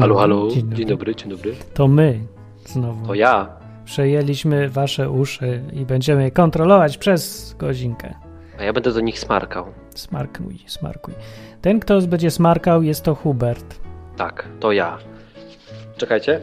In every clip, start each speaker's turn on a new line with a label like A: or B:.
A: Halo,
B: dobry.
A: halo. Dzień dobry.
B: To my znowu.
A: To ja.
B: Przejęliśmy wasze uszy i będziemy je kontrolować przez godzinkę.
A: A ja będę do nich smarkał.
B: Smarkuj. Ten, kto będzie smarkał, jest to Hubert.
A: Tak, to ja. Czekajcie.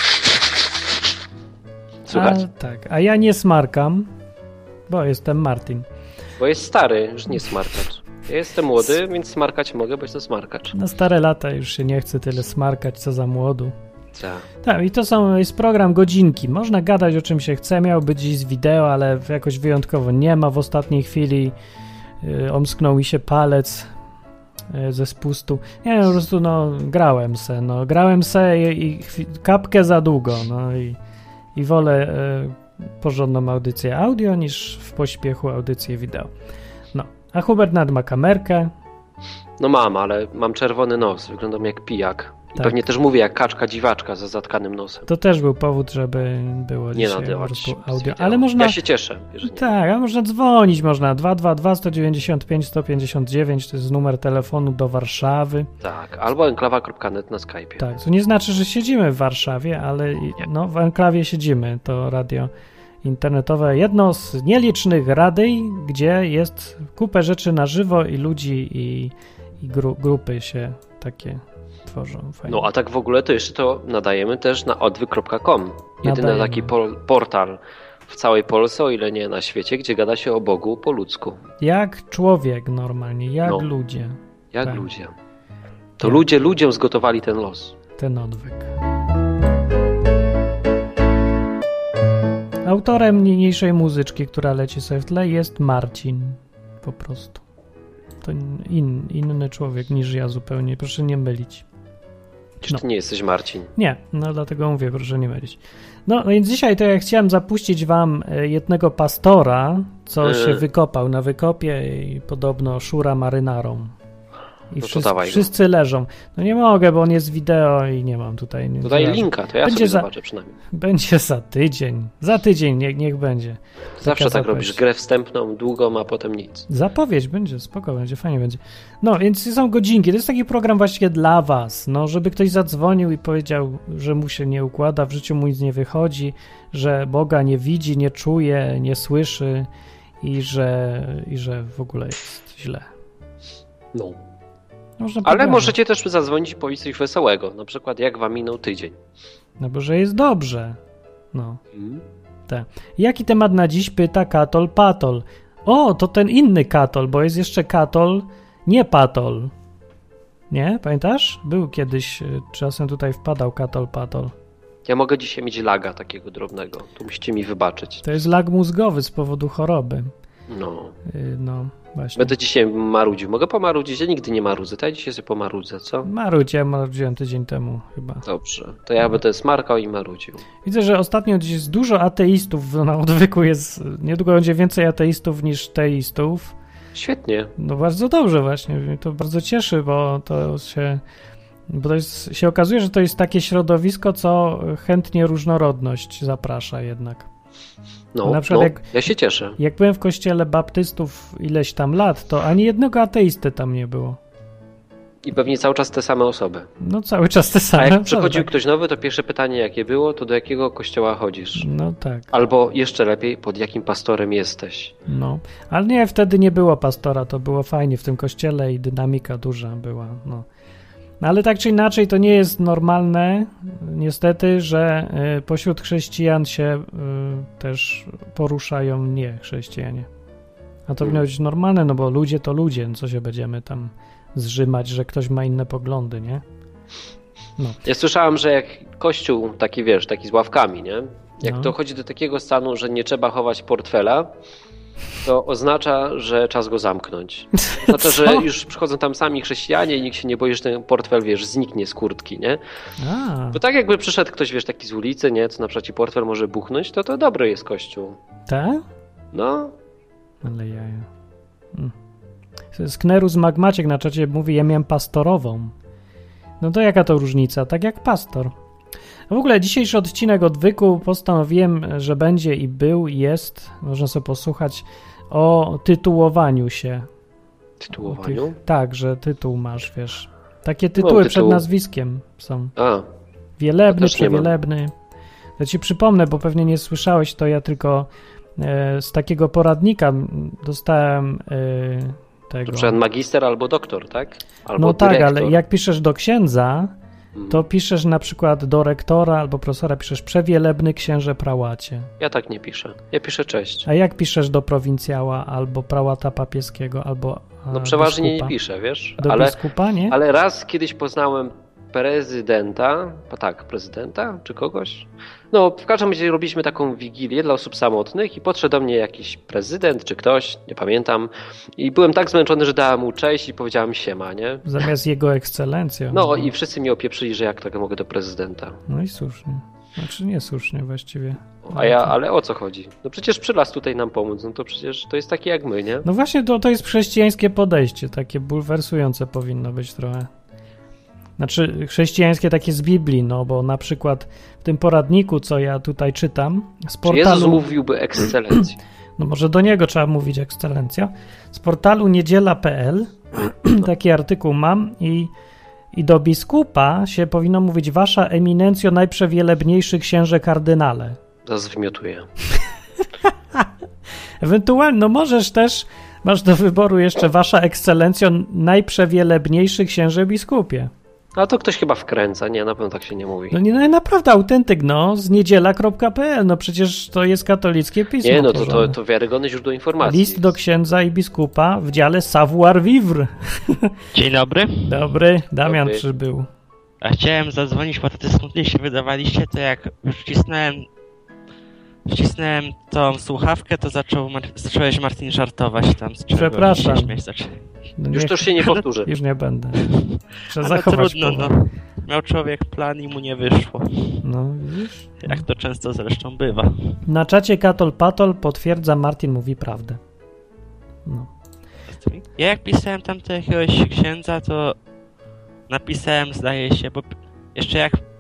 A: Słuchaj.
B: A ja nie smarkam, bo jestem Martin.
A: Bo jest stary, już nie smarkacz. Ja jestem młody, więc smarkać mogę, bo jestem smarkacz.
B: Na stare lata już się nie chce tyle smarkać, co za młodu.
A: Tak,
B: i to jest program godzinki. Można gadać o czym się chce, miał być dziś z wideo, ale jakoś wyjątkowo nie ma. W ostatniej chwili omsknął mi się palec ze spustu. Nie wiem, po prostu grałem se i kapkę za długo, i wolę porządną audycję audio niż w pośpiechu audycję wideo. A Hubert nawet ma kamerkę.
A: No mam, ale mam czerwony nos, wyglądam jak pijak. I
B: tak.
A: Pewnie też mówię jak kaczka dziwaczka ze zatkanym nosem.
B: To też był powód, żeby było
A: nie
B: dzisiaj
A: nadawać
B: po prostu audio. Ale
A: ja się cieszę.
B: Tak, a można dzwonić, można 222 195 159, to jest numer telefonu do Warszawy.
A: Tak, albo enklawa.net na Skype'ie.
B: Tak, to nie znaczy, że siedzimy w Warszawie, ale w enklawie siedzimy, to radio internetowe, jedno z nielicznych radyj, gdzie jest kupę rzeczy na żywo i ludzi i grupy się takie tworzą. Fajnie.
A: No a tak w ogóle to jeszcze to nadajemy też na odwyk.com. Jedyny taki portal w całej Polsce, o ile nie na świecie, gdzie gada się o Bogu po ludzku.
B: Jak człowiek normalnie, jak ludzie.
A: Jak tak. Ludzie. To ludzie ludziom zgotowali ten los.
B: Ten odwyk. Autorem niniejszej muzyczki, która leci sobie w tle, jest Marcin. Po prostu. To inny człowiek niż ja zupełnie. Proszę nie mylić.
A: Czy ty nie jesteś Marcin?
B: Nie, dlatego mówię, proszę nie mylić. No więc dzisiaj to ja chciałem zapuścić wam jednego pastora, co się wykopał na wykopie i podobno szura marynarą. I wszyscy leżą. No nie mogę, bo on jest wideo i nie mam tutaj.
A: Dodaj linka, to ja sobie zobaczę przynajmniej.
B: Będzie za tydzień. Za tydzień niech będzie.
A: Zawsze tak robisz, grę wstępną, długą, a potem nic.
B: Zapowiedź będzie, spoko, będzie, fajnie będzie. No, więc są godzinki. To jest taki program właściwie dla was, żeby ktoś zadzwonił i powiedział, że mu się nie układa, w życiu mu nic nie wychodzi, że Boga nie widzi, nie czuje, nie słyszy i że w ogóle jest źle.
A: No. Ale możecie też zadzwonić i powiedzieć coś wesołego, na przykład jak wam minął tydzień.
B: No bo że jest dobrze. Tak. Jaki temat na dziś, pyta Katol Patol. O, to ten inny Katol, bo jest jeszcze Katol, nie Patol. Nie? Pamiętasz? Był kiedyś, czasem tutaj wpadał Katol Patol.
A: Ja mogę dzisiaj mieć laga takiego drobnego, tu musicie mi wybaczyć.
B: To jest lag mózgowy z powodu choroby.
A: No,
B: właśnie.
A: Będę dzisiaj marudził. Mogę pomarudzić? Ja nigdy nie marudzę. To ja dzisiaj sobie pomarudzę, co?
B: Ja marudziłem tydzień temu chyba.
A: Dobrze, to ja będę smarkał i marudził.
B: Widzę, że ostatnio dziś jest dużo ateistów na odwyku. Niedługo będzie więcej ateistów niż teistów.
A: Świetnie.
B: No bardzo dobrze właśnie. Mnie to bardzo cieszy, bo się okazuje, że to jest takie środowisko, co chętnie różnorodność zaprasza jednak. Na przykład
A: ja się cieszę.
B: Jak byłem w kościele baptystów ileś tam lat, to ani jednego ateisty tam nie było.
A: I pewnie cały czas te same osoby.
B: No cały czas te same osoby.
A: A jak przychodził ktoś nowy, to pierwsze pytanie jakie było, to do jakiego kościoła chodzisz?
B: No tak.
A: Albo jeszcze lepiej, pod jakim pastorem jesteś?
B: No, ale nie, wtedy nie było pastora, to było fajnie w tym kościele i dynamika duża była, No ale tak czy inaczej to nie jest normalne, niestety, że pośród chrześcijan się też poruszają niechrześcijanie. A to powinno być normalne, bo ludzie to ludzie, co się będziemy tam zrzymać, że ktoś ma inne poglądy, nie? No.
A: Ja słyszałem, że jak kościół taki, taki z ławkami, nie? Jak dochodzi do takiego stanu, że nie trzeba chować portfela, to oznacza, że czas go zamknąć. Znaczy, że już przychodzą tam sami chrześcijanie i nikt się nie boi, że ten portfel, zniknie z kurtki, nie? Bo tak jakby przyszedł ktoś, taki z ulicy, nie? Co na przykład ci portfel może buchnąć, to dobry jest kościół.
B: Tak?
A: No.
B: Ale jaja. Sknerus Magmaciek na czacie mówi, ja miałem pastorową. No to jaka to różnica? Tak jak pastor. A w ogóle dzisiejszy odcinek odwyku postanowiłem, że będzie i jest, można sobie posłuchać, o tytułowaniu się.
A: Tytułowaniu?
B: Tak, że tytuł masz, Takie tytuły przed nazwiskiem są. Wielebny, przewielebny. Ja ci przypomnę, bo pewnie nie słyszałeś, to ja tylko z takiego poradnika dostałem tego.
A: To przykład magister albo doktor, tak? Albo
B: no
A: dyrektor.
B: Tak, ale jak piszesz do księdza, to piszesz na przykład do rektora albo profesora, piszesz przewielebny księże prałacie.
A: Ja tak nie piszę. Ja piszę cześć.
B: A jak piszesz do prowincjała albo prałata papieskiego albo
A: no przeważnie
B: biskupa?
A: Nie piszę, wiesz?
B: Do biskupa, nie?
A: Ale raz kiedyś poznałem prezydenta, prezydenta czy kogoś. No w każdym razie robiliśmy taką wigilię dla osób samotnych i podszedł do mnie jakiś prezydent czy ktoś, nie pamiętam, i byłem tak zmęczony, że dałem mu cześć i powiedziałem siema, nie?
B: Zamiast jego ekscelencją.
A: No i wszyscy mnie opieprzyli, że jak tak mogę do prezydenta.
B: No i słusznie. Znaczy niesłusznie właściwie.
A: Ale o co chodzi? No przecież przylazł tutaj nam pomóc, no to przecież to jest takie jak my, nie?
B: No właśnie to jest chrześcijańskie podejście, takie bulwersujące powinno być trochę. Znaczy chrześcijańskie takie z Biblii, no bo na przykład w tym poradniku, co ja tutaj czytam, z portalu...
A: Czy Jezus mówiłby ekscelencji?
B: No może do niego trzeba mówić ekscelencja. Z portalu niedziela.pl taki artykuł mam i do biskupa się powinno mówić wasza eminencjo najprzewielebniejszy księże kardynale.
A: Zaraz wymiotuję.
B: Ewentualnie, no możesz też, masz do wyboru jeszcze wasza ekscelencjo najprzewielebniejszy księże biskupie.
A: A to ktoś chyba wkręca, nie, na pewno tak się nie mówi.
B: No nie, no naprawdę autentyk, no, z niedziela.pl, no przecież to jest katolickie pismo.
A: Nie, no to wiarygodne źródło informacji.
B: List do księdza i biskupa w dziale Savoir Vivre.
C: Dzień dobry.
B: Dobry, Damian przybył.
C: A chciałem zadzwonić, bo tacy smutnie się wydawaliście, to jak już wcisnąłem tą słuchawkę, to zacząłeś Martin żartować tam. Z czego
B: przepraszam.
C: Się śmiać zaczęli.
B: No
A: już to się nie powtórzy.
B: Już nie będę. Trzeba
C: ale
B: zachować
C: trudno, no. Miał człowiek plan i mu nie wyszło.
B: No, widzisz?
C: Jak to często zresztą bywa.
B: Na czacie Katol Patol potwierdza, Martin mówi prawdę. No.
C: Ja jak pisałem tam do jakiegoś księdza, to napisałem, zdaje się, bo jeszcze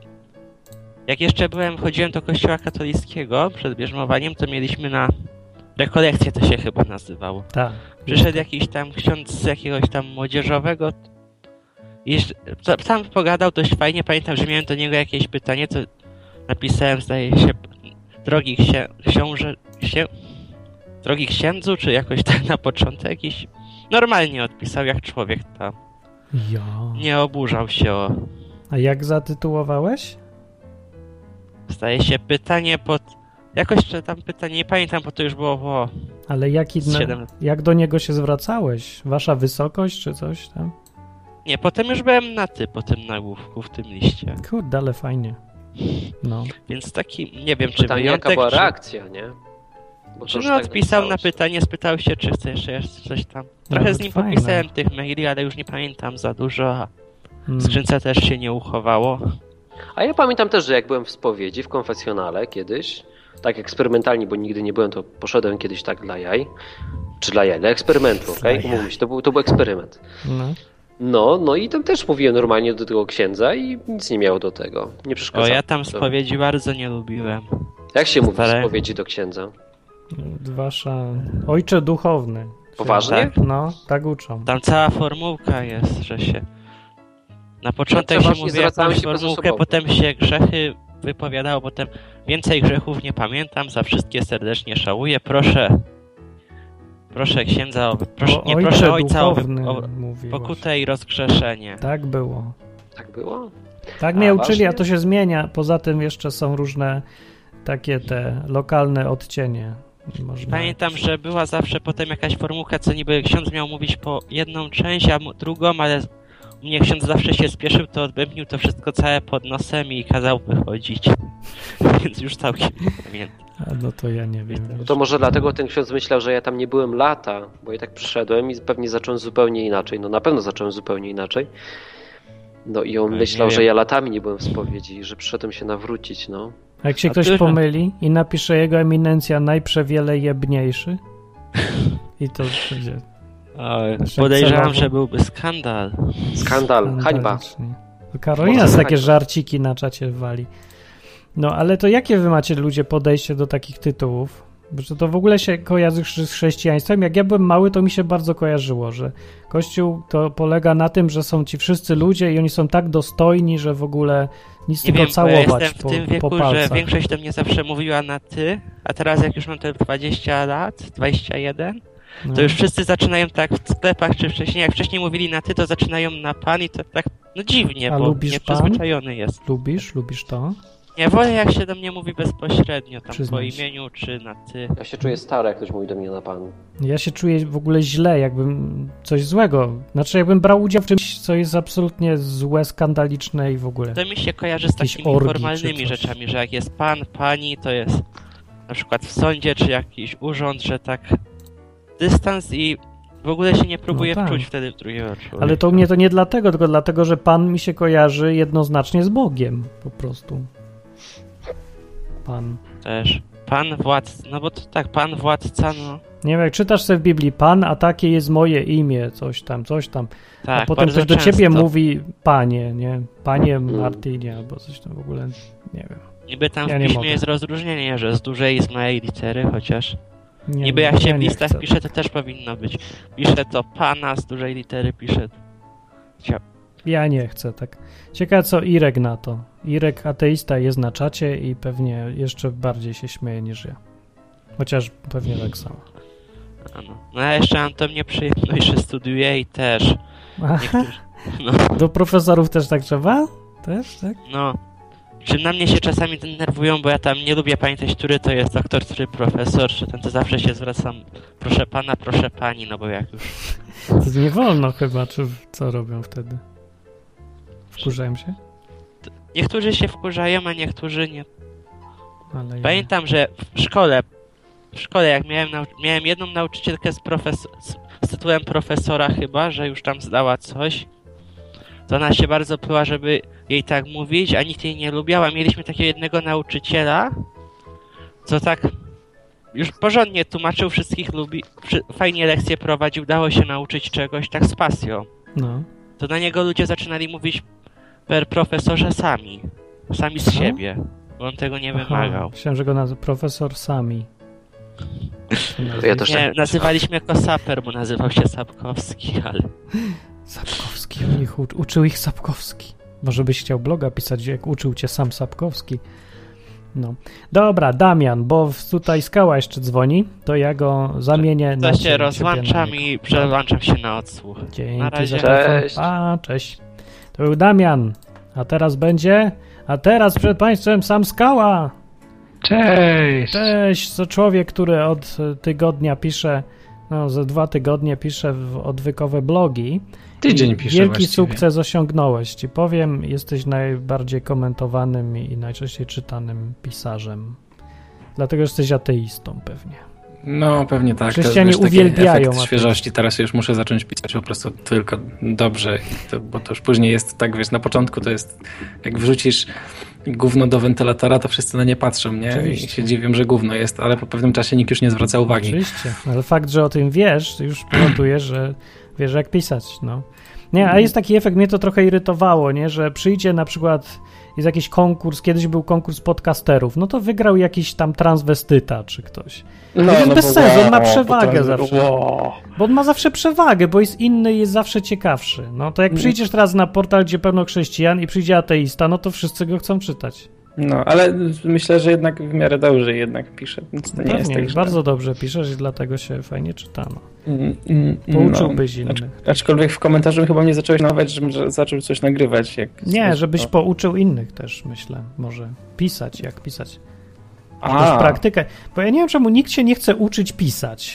C: jak jeszcze chodziłem do kościoła katolickiego przed bierzmowaniem, to mieliśmy na rekolekcję, to się chyba nazywało.
B: Tak.
C: Przyszedł jakiś tam ksiądz z jakiegoś tam młodzieżowego i tam pogadał dość fajnie. Pamiętam, że miałem do niego jakieś pytanie, to napisałem, zdaje się, drogi księdzu, czy jakoś tak na początek i normalnie odpisał jak człowiek tam.
B: Ja.
C: Nie oburzał się o...
B: A jak zatytułowałeś?
C: Zdaje się pytanie jakoś tam pytanie, nie pamiętam, bo to już było
B: Ale jak do niego się zwracałeś? Wasza wysokość, czy coś tam?
C: Nie, potem już byłem na ty, po tym nagłówku w tym liście.
B: Kurde, ale fajnie. No.
C: Więc taki, nie wiem, czy
A: pytanie,
C: wyjątek,
A: jaka była reakcja, nie?
C: Bo czy tak odpisał na pytanie, spytał się, czy chce jeszcze coś tam. Trochę z nim podpisałem tych maili, ale już nie pamiętam za dużo, a w skrzynce też się nie uchowało.
A: A ja pamiętam też, że jak byłem w spowiedzi, w konfesjonale kiedyś, tak eksperymentalnie, bo nigdy nie byłem, to poszedłem kiedyś tak dla jaj. Czy dla jaj, dla eksperymentu, okej? Umówmy się, to był eksperyment. No i tam też mówiłem normalnie do tego księdza i nic nie miało do tego. Nie przeszkadzało.
C: O, ja tam spowiedzi bardzo nie lubiłem.
A: Jak się mówi w spowiedzi do księdza?
B: Wasza... Ojcze duchowny.
A: Poważnie?
C: Tak?
B: No, tak uczą.
C: Tam cała formułka jest, że się... Na początek się mówi jakąś formułkę, potem się grzechy wypowiadało, potem więcej grzechów nie pamiętam, za wszystkie serdecznie żałuję, proszę księdza, proszę ojca o pokutę i rozgrzeszenie.
B: Tak było.
A: Tak było?
B: Tak mnie uczyli, a to się zmienia. Poza tym jeszcze są różne takie te lokalne odcienie.
C: Pamiętam, że była zawsze potem jakaś formułka, co niby ksiądz miał mówić po jedną część, a drugą, ale mnie ksiądz zawsze się spieszył, to odbębnił to wszystko całe pod nosem i kazał wychodzić. Więc już całkiem nie pamiętam.
B: No to ja nie wiem.
A: No to może dlatego ten ksiądz myślał, że ja tam nie byłem lata, bo ja tak przyszedłem i pewnie zacząłem zupełnie inaczej. No na pewno zacząłem zupełnie inaczej. No i on myślał, że ja latami nie byłem w spowiedzi i że przyszedłem się nawrócić, no.
B: A jak się ktoś pomyli i napisze jego eminencja najprzewielejebniejszy i to będzie...
C: Podejrzewam, że byłby skandal.
A: Skandal, hańba.
B: Karolina z takie żarciki na czacie wali. No ale to jakie wy macie ludzie podejście do takich tytułów? Bo to w ogóle się kojarzy z chrześcijaństwem. Jak ja byłem mały, to mi się bardzo kojarzyło, że Kościół to polega na tym, że są ci wszyscy ludzie i oni są tak dostojni, że w ogóle nic tylko całować
C: ja jestem w tym wieku,
B: po palcach.
C: że większość do mnie zawsze mówiła na ty, a teraz jak już mam te 20 lat, 21, to już wszyscy zaczynają tak w sklepach, czy wcześniej, jak wcześniej mówili na ty, to zaczynają na pan i to tak, no dziwnie,
B: a
C: bo
B: lubisz
C: nieprzyzwyczajony jest.
B: Lubisz to?
C: Nie, wolę jak się do mnie mówi bezpośrednio, tam
B: Przyznaj
C: po
B: się.
C: imieniu, czy na ty.
A: Ja się czuję stary, jak ktoś mówi do mnie na pan.
B: Ja się czuję w ogóle źle, jakbym coś złego. Znaczy, jakbym brał udział w czymś, co jest absolutnie złe, skandaliczne i w ogóle.
C: To mi się kojarzy z
B: Jakieś
C: takimi
B: orgi
C: formalnymi
B: czy coś.
C: rzeczami, że jak jest pan, pani, to jest na przykład w sądzie, czy jakiś urząd, że tak dystans i w ogóle się nie próbuje
B: tak.
C: wczuć wtedy w drugiego człowieka.
B: Ale to u mnie to nie dlatego, tylko dlatego, że pan mi się kojarzy jednoznacznie z Bogiem, po prostu. Pan.
C: Też. Pan władca, no bo to tak, pan władca, no.
B: Nie wiem, jak czytasz sobie w Biblii, Pan, a takie jest moje imię, coś tam.
C: Tak,
B: A potem
C: bardzo
B: ktoś do
C: często.
B: ciebie mówi Panie, nie? Panie Martynie, albo coś tam w ogóle, nie wiem.
C: Niby tam
B: Ja
C: w
B: nie
C: piśmie
B: mogę.
C: jest rozróżnienie, że z dużej i z małej litery, chociaż
B: Nie,
C: niby jak się
B: ja
C: w
B: nie
C: listach
B: chcę.
C: pisze, to też powinno być. Pisze to pana z dużej litery, pisze.
B: Ja nie chcę, tak. Ciekawe co Irek na to. Irek ateista jest na czacie i pewnie jeszcze bardziej się śmieje niż ja. Chociaż pewnie tak samo.
C: No ja jeszcze mam to nieprzyjemność, że studiuję i też. Niektórzy, no,
B: Do profesorów też tak trzeba? Też, tak?
C: no. Czy na mnie się czasami denerwują, bo ja tam nie lubię pamiętać, który to jest doktor, który profesor, czy ten to zawsze się zwracam proszę pana, proszę pani, no bo jak już...
B: To nie wolno chyba, czy co robią wtedy? Wkurzają się?
C: Niektórzy się wkurzają, a niektórzy nie.
B: Ale ja...
C: Pamiętam, że w szkole jak miałem jedną nauczycielkę z tytułem profesora chyba, że już tam zdała coś, to ona się bardzo pyła, żeby jej tak mówić, a nikt jej nie lubiał, a mieliśmy takiego jednego nauczyciela, co tak już porządnie tłumaczył, wszystkich fajnie lekcje prowadził, dało się nauczyć czegoś tak z pasją.
B: No.
C: To na niego ludzie zaczynali mówić per profesorze sami z siebie, bo on tego nie wymagał.
B: Myślałem, że go nazywa profesor Sami.
A: Ja też
C: Nie, nazywaliśmy jako Saper, bo nazywał się Sapkowski, ale...
B: Sapkowski, uczył ich Sapkowski. Może byś chciał bloga pisać, jak uczył cię sam Sapkowski. No. Dobra, Damian, bo tutaj Skała jeszcze dzwoni, to ja go zamienię
C: To
B: na
C: się rozłączam i przełączam się na odsłuch.
B: Dzięki
C: na razie.
B: za telefon.
A: Cześć.
B: Cześć. To był Damian, a teraz przed państwem sam Skała.
D: Cześć!
B: Cześć, to człowiek, który od tygodnia pisze, za 2 tygodnie pisze odwykowe blogi.
D: Tydzień pisze
B: Wielki
D: właściwie.
B: sukces osiągnąłeś. Ci powiem, jesteś najbardziej komentowanym i najczęściej czytanym pisarzem. Dlatego jesteś ateistą pewnie.
D: No, pewnie tak.
B: Chrześcijanie
D: to jest, wiesz, taki
B: uwielbiają
D: efekt świeżości. Teraz już muszę zacząć pisać po prostu tylko dobrze, bo to już później jest tak, wiesz, na początku to jest, jak wrzucisz gówno do wentylatora, to wszyscy na nie patrzą, nie?
B: Oczywiście.
D: I się dziwią, że gówno jest, ale po pewnym czasie nikt już nie zwraca uwagi.
B: Oczywiście, ale fakt, że o tym wiesz, już powoduje, że wiesz jak pisać, no. Nie, a jest taki efekt, mnie to trochę irytowało, nie, że przyjdzie na przykład, jest jakiś konkurs, kiedyś był konkurs podcasterów, no to wygrał jakiś tam transwestyta czy ktoś.
D: No,
B: jest bez
D: bo
B: sensu, on ma
D: wow,
B: przewagę
D: to
B: zawsze.
D: wow.
B: Bo on ma zawsze przewagę, bo jest inny i jest zawsze ciekawszy. No to jak przyjdziesz teraz na portal, gdzie pełno chrześcijan i przyjdzie ateista, no to wszyscy go chcą czytać.
D: No, ale myślę, że jednak w miarę dobrze jednak pisze, więc to nie jest tak, że...
B: Bardzo dobrze piszesz i dlatego się fajnie czytano.
D: No,
B: Pouczyłbyś innych.
D: Aczkolwiek w komentarzu chyba mnie zacząłeś namawiać, żebym zaczął coś nagrywać.
B: Nie, żebyś pouczył innych też, myślę. Może pisać, jak pisać.
D: A,
B: Też praktykę. Bo ja nie wiem, czemu nikt się nie chce uczyć pisać.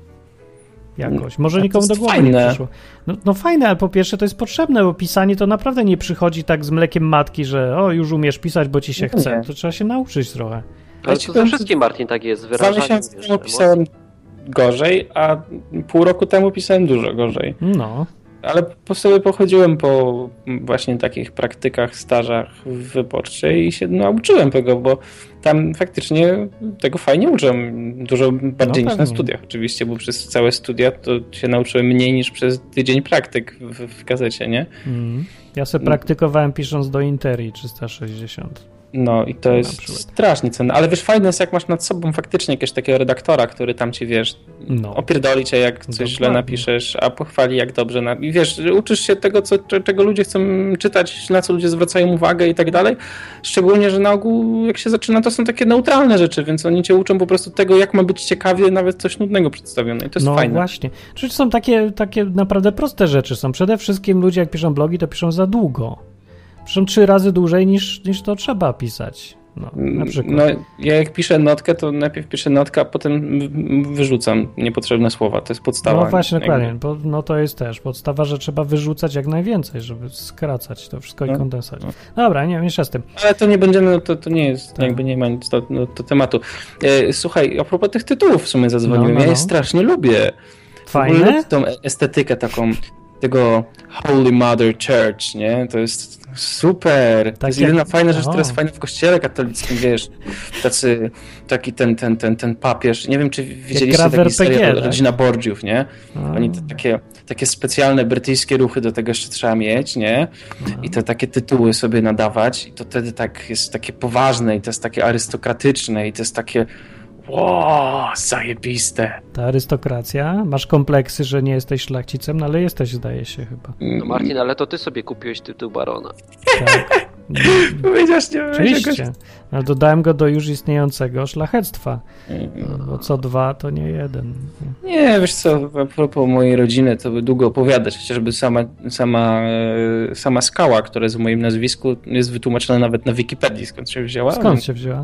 B: Jakoś. Może
D: to
B: nikomu
D: jest
B: do głowy
D: fajne.
B: nie przyszło. No fajne, ale po pierwsze to jest potrzebne, bo pisanie to naprawdę nie przychodzi tak z mlekiem matki, że już umiesz pisać, bo ci się
D: No
B: chce.
D: nie.
B: To trzeba się nauczyć trochę.
A: Ale
D: ci
A: to
D: powiem,
A: ze wszystkim, Martin, tak jest.
D: 2
A: Wyrażanie,
D: miesiące
A: wiesz,
D: temu
A: emocji.
D: pisałem gorzej, a pół roku temu pisałem dużo gorzej.
B: No.
D: Ale po sobie pochodziłem po właśnie takich praktykach, stażach w Wyborczej i się nauczyłem tego, bo tam faktycznie tego fajnie uczą. Dużo bardziej niż na
B: pewnie.
D: studiach oczywiście, bo przez całe studia to się nauczyłem mniej niż przez tydzień praktyk w gazecie, nie?
B: Ja sobie praktykowałem pisząc do Interi 360.
D: No i to jest strasznie cenne. Ale wiesz, fajne jest, jak masz nad sobą faktycznie jakiegoś takiego redaktora, który tam ci, wiesz, opierdoli cię, jak coś źle napiszesz, a pochwali, jak dobrze. I wiesz, uczysz się tego, czego ludzie chcą czytać, na co ludzie zwracają uwagę i tak dalej. Szczególnie, że na ogół, jak się zaczyna, to są takie neutralne rzeczy, więc oni cię uczą po prostu tego, jak ma być ciekawie, nawet coś nudnego przedstawione. I to jest fajne.
B: No właśnie. Czyli są takie naprawdę proste rzeczy. Są przede wszystkim ludzie, jak piszą blogi, to piszą za długo. Piszą 3 razy dłużej niż to trzeba pisać. No, na przykład.
D: No, ja jak piszę notkę, to najpierw piszę notkę, a potem wyrzucam niepotrzebne słowa. To jest podstawa.
B: No właśnie, dokładnie. No to jest też podstawa, że trzeba wyrzucać jak najwięcej, żeby skracać to wszystko i kondensować. Dobra, nie mniejsza z tym.
D: Ale to nie będziemy, to nie jest, jakby nie ma nic do tematu. Słuchaj, a propos tych tytułów w sumie zadzwoniłem. Ja je strasznie lubię.
B: Fajne?
D: Lubię tą estetykę taką tego Holy Mother Church, nie? To jest super. To jest jedyna fajna rzecz, która jest fajna w kościele katolickim, wiesz. Taki ten papież. Nie wiem, czy widzieliście taki serial Rodzina Borgiów, nie? Oni takie specjalne brytyjskie ruchy do tego jeszcze trzeba mieć, nie? I to takie tytuły sobie nadawać i to wtedy tak jest takie poważne i to jest takie arystokratyczne i to jest takie zajebiste.
B: Ta arystokracja. Masz kompleksy, że nie jesteś szlachcicem, no ale jesteś, zdaje się chyba.
A: No Martin, ale to ty sobie kupiłeś tytuł barona.
B: Tak.
D: Powiedziałeś, nie?
B: Oczywiście. Ale dodałem go do już istniejącego szlachectwa. Bo co 2 to nie 1.
D: Nie, wiesz co, a propos mojej rodziny, to by długo opowiadać, chociażby sama skała, która jest w moim nazwisku, jest wytłumaczona nawet na Wikipedii, skąd się wzięła.
B: Skąd się wzięła?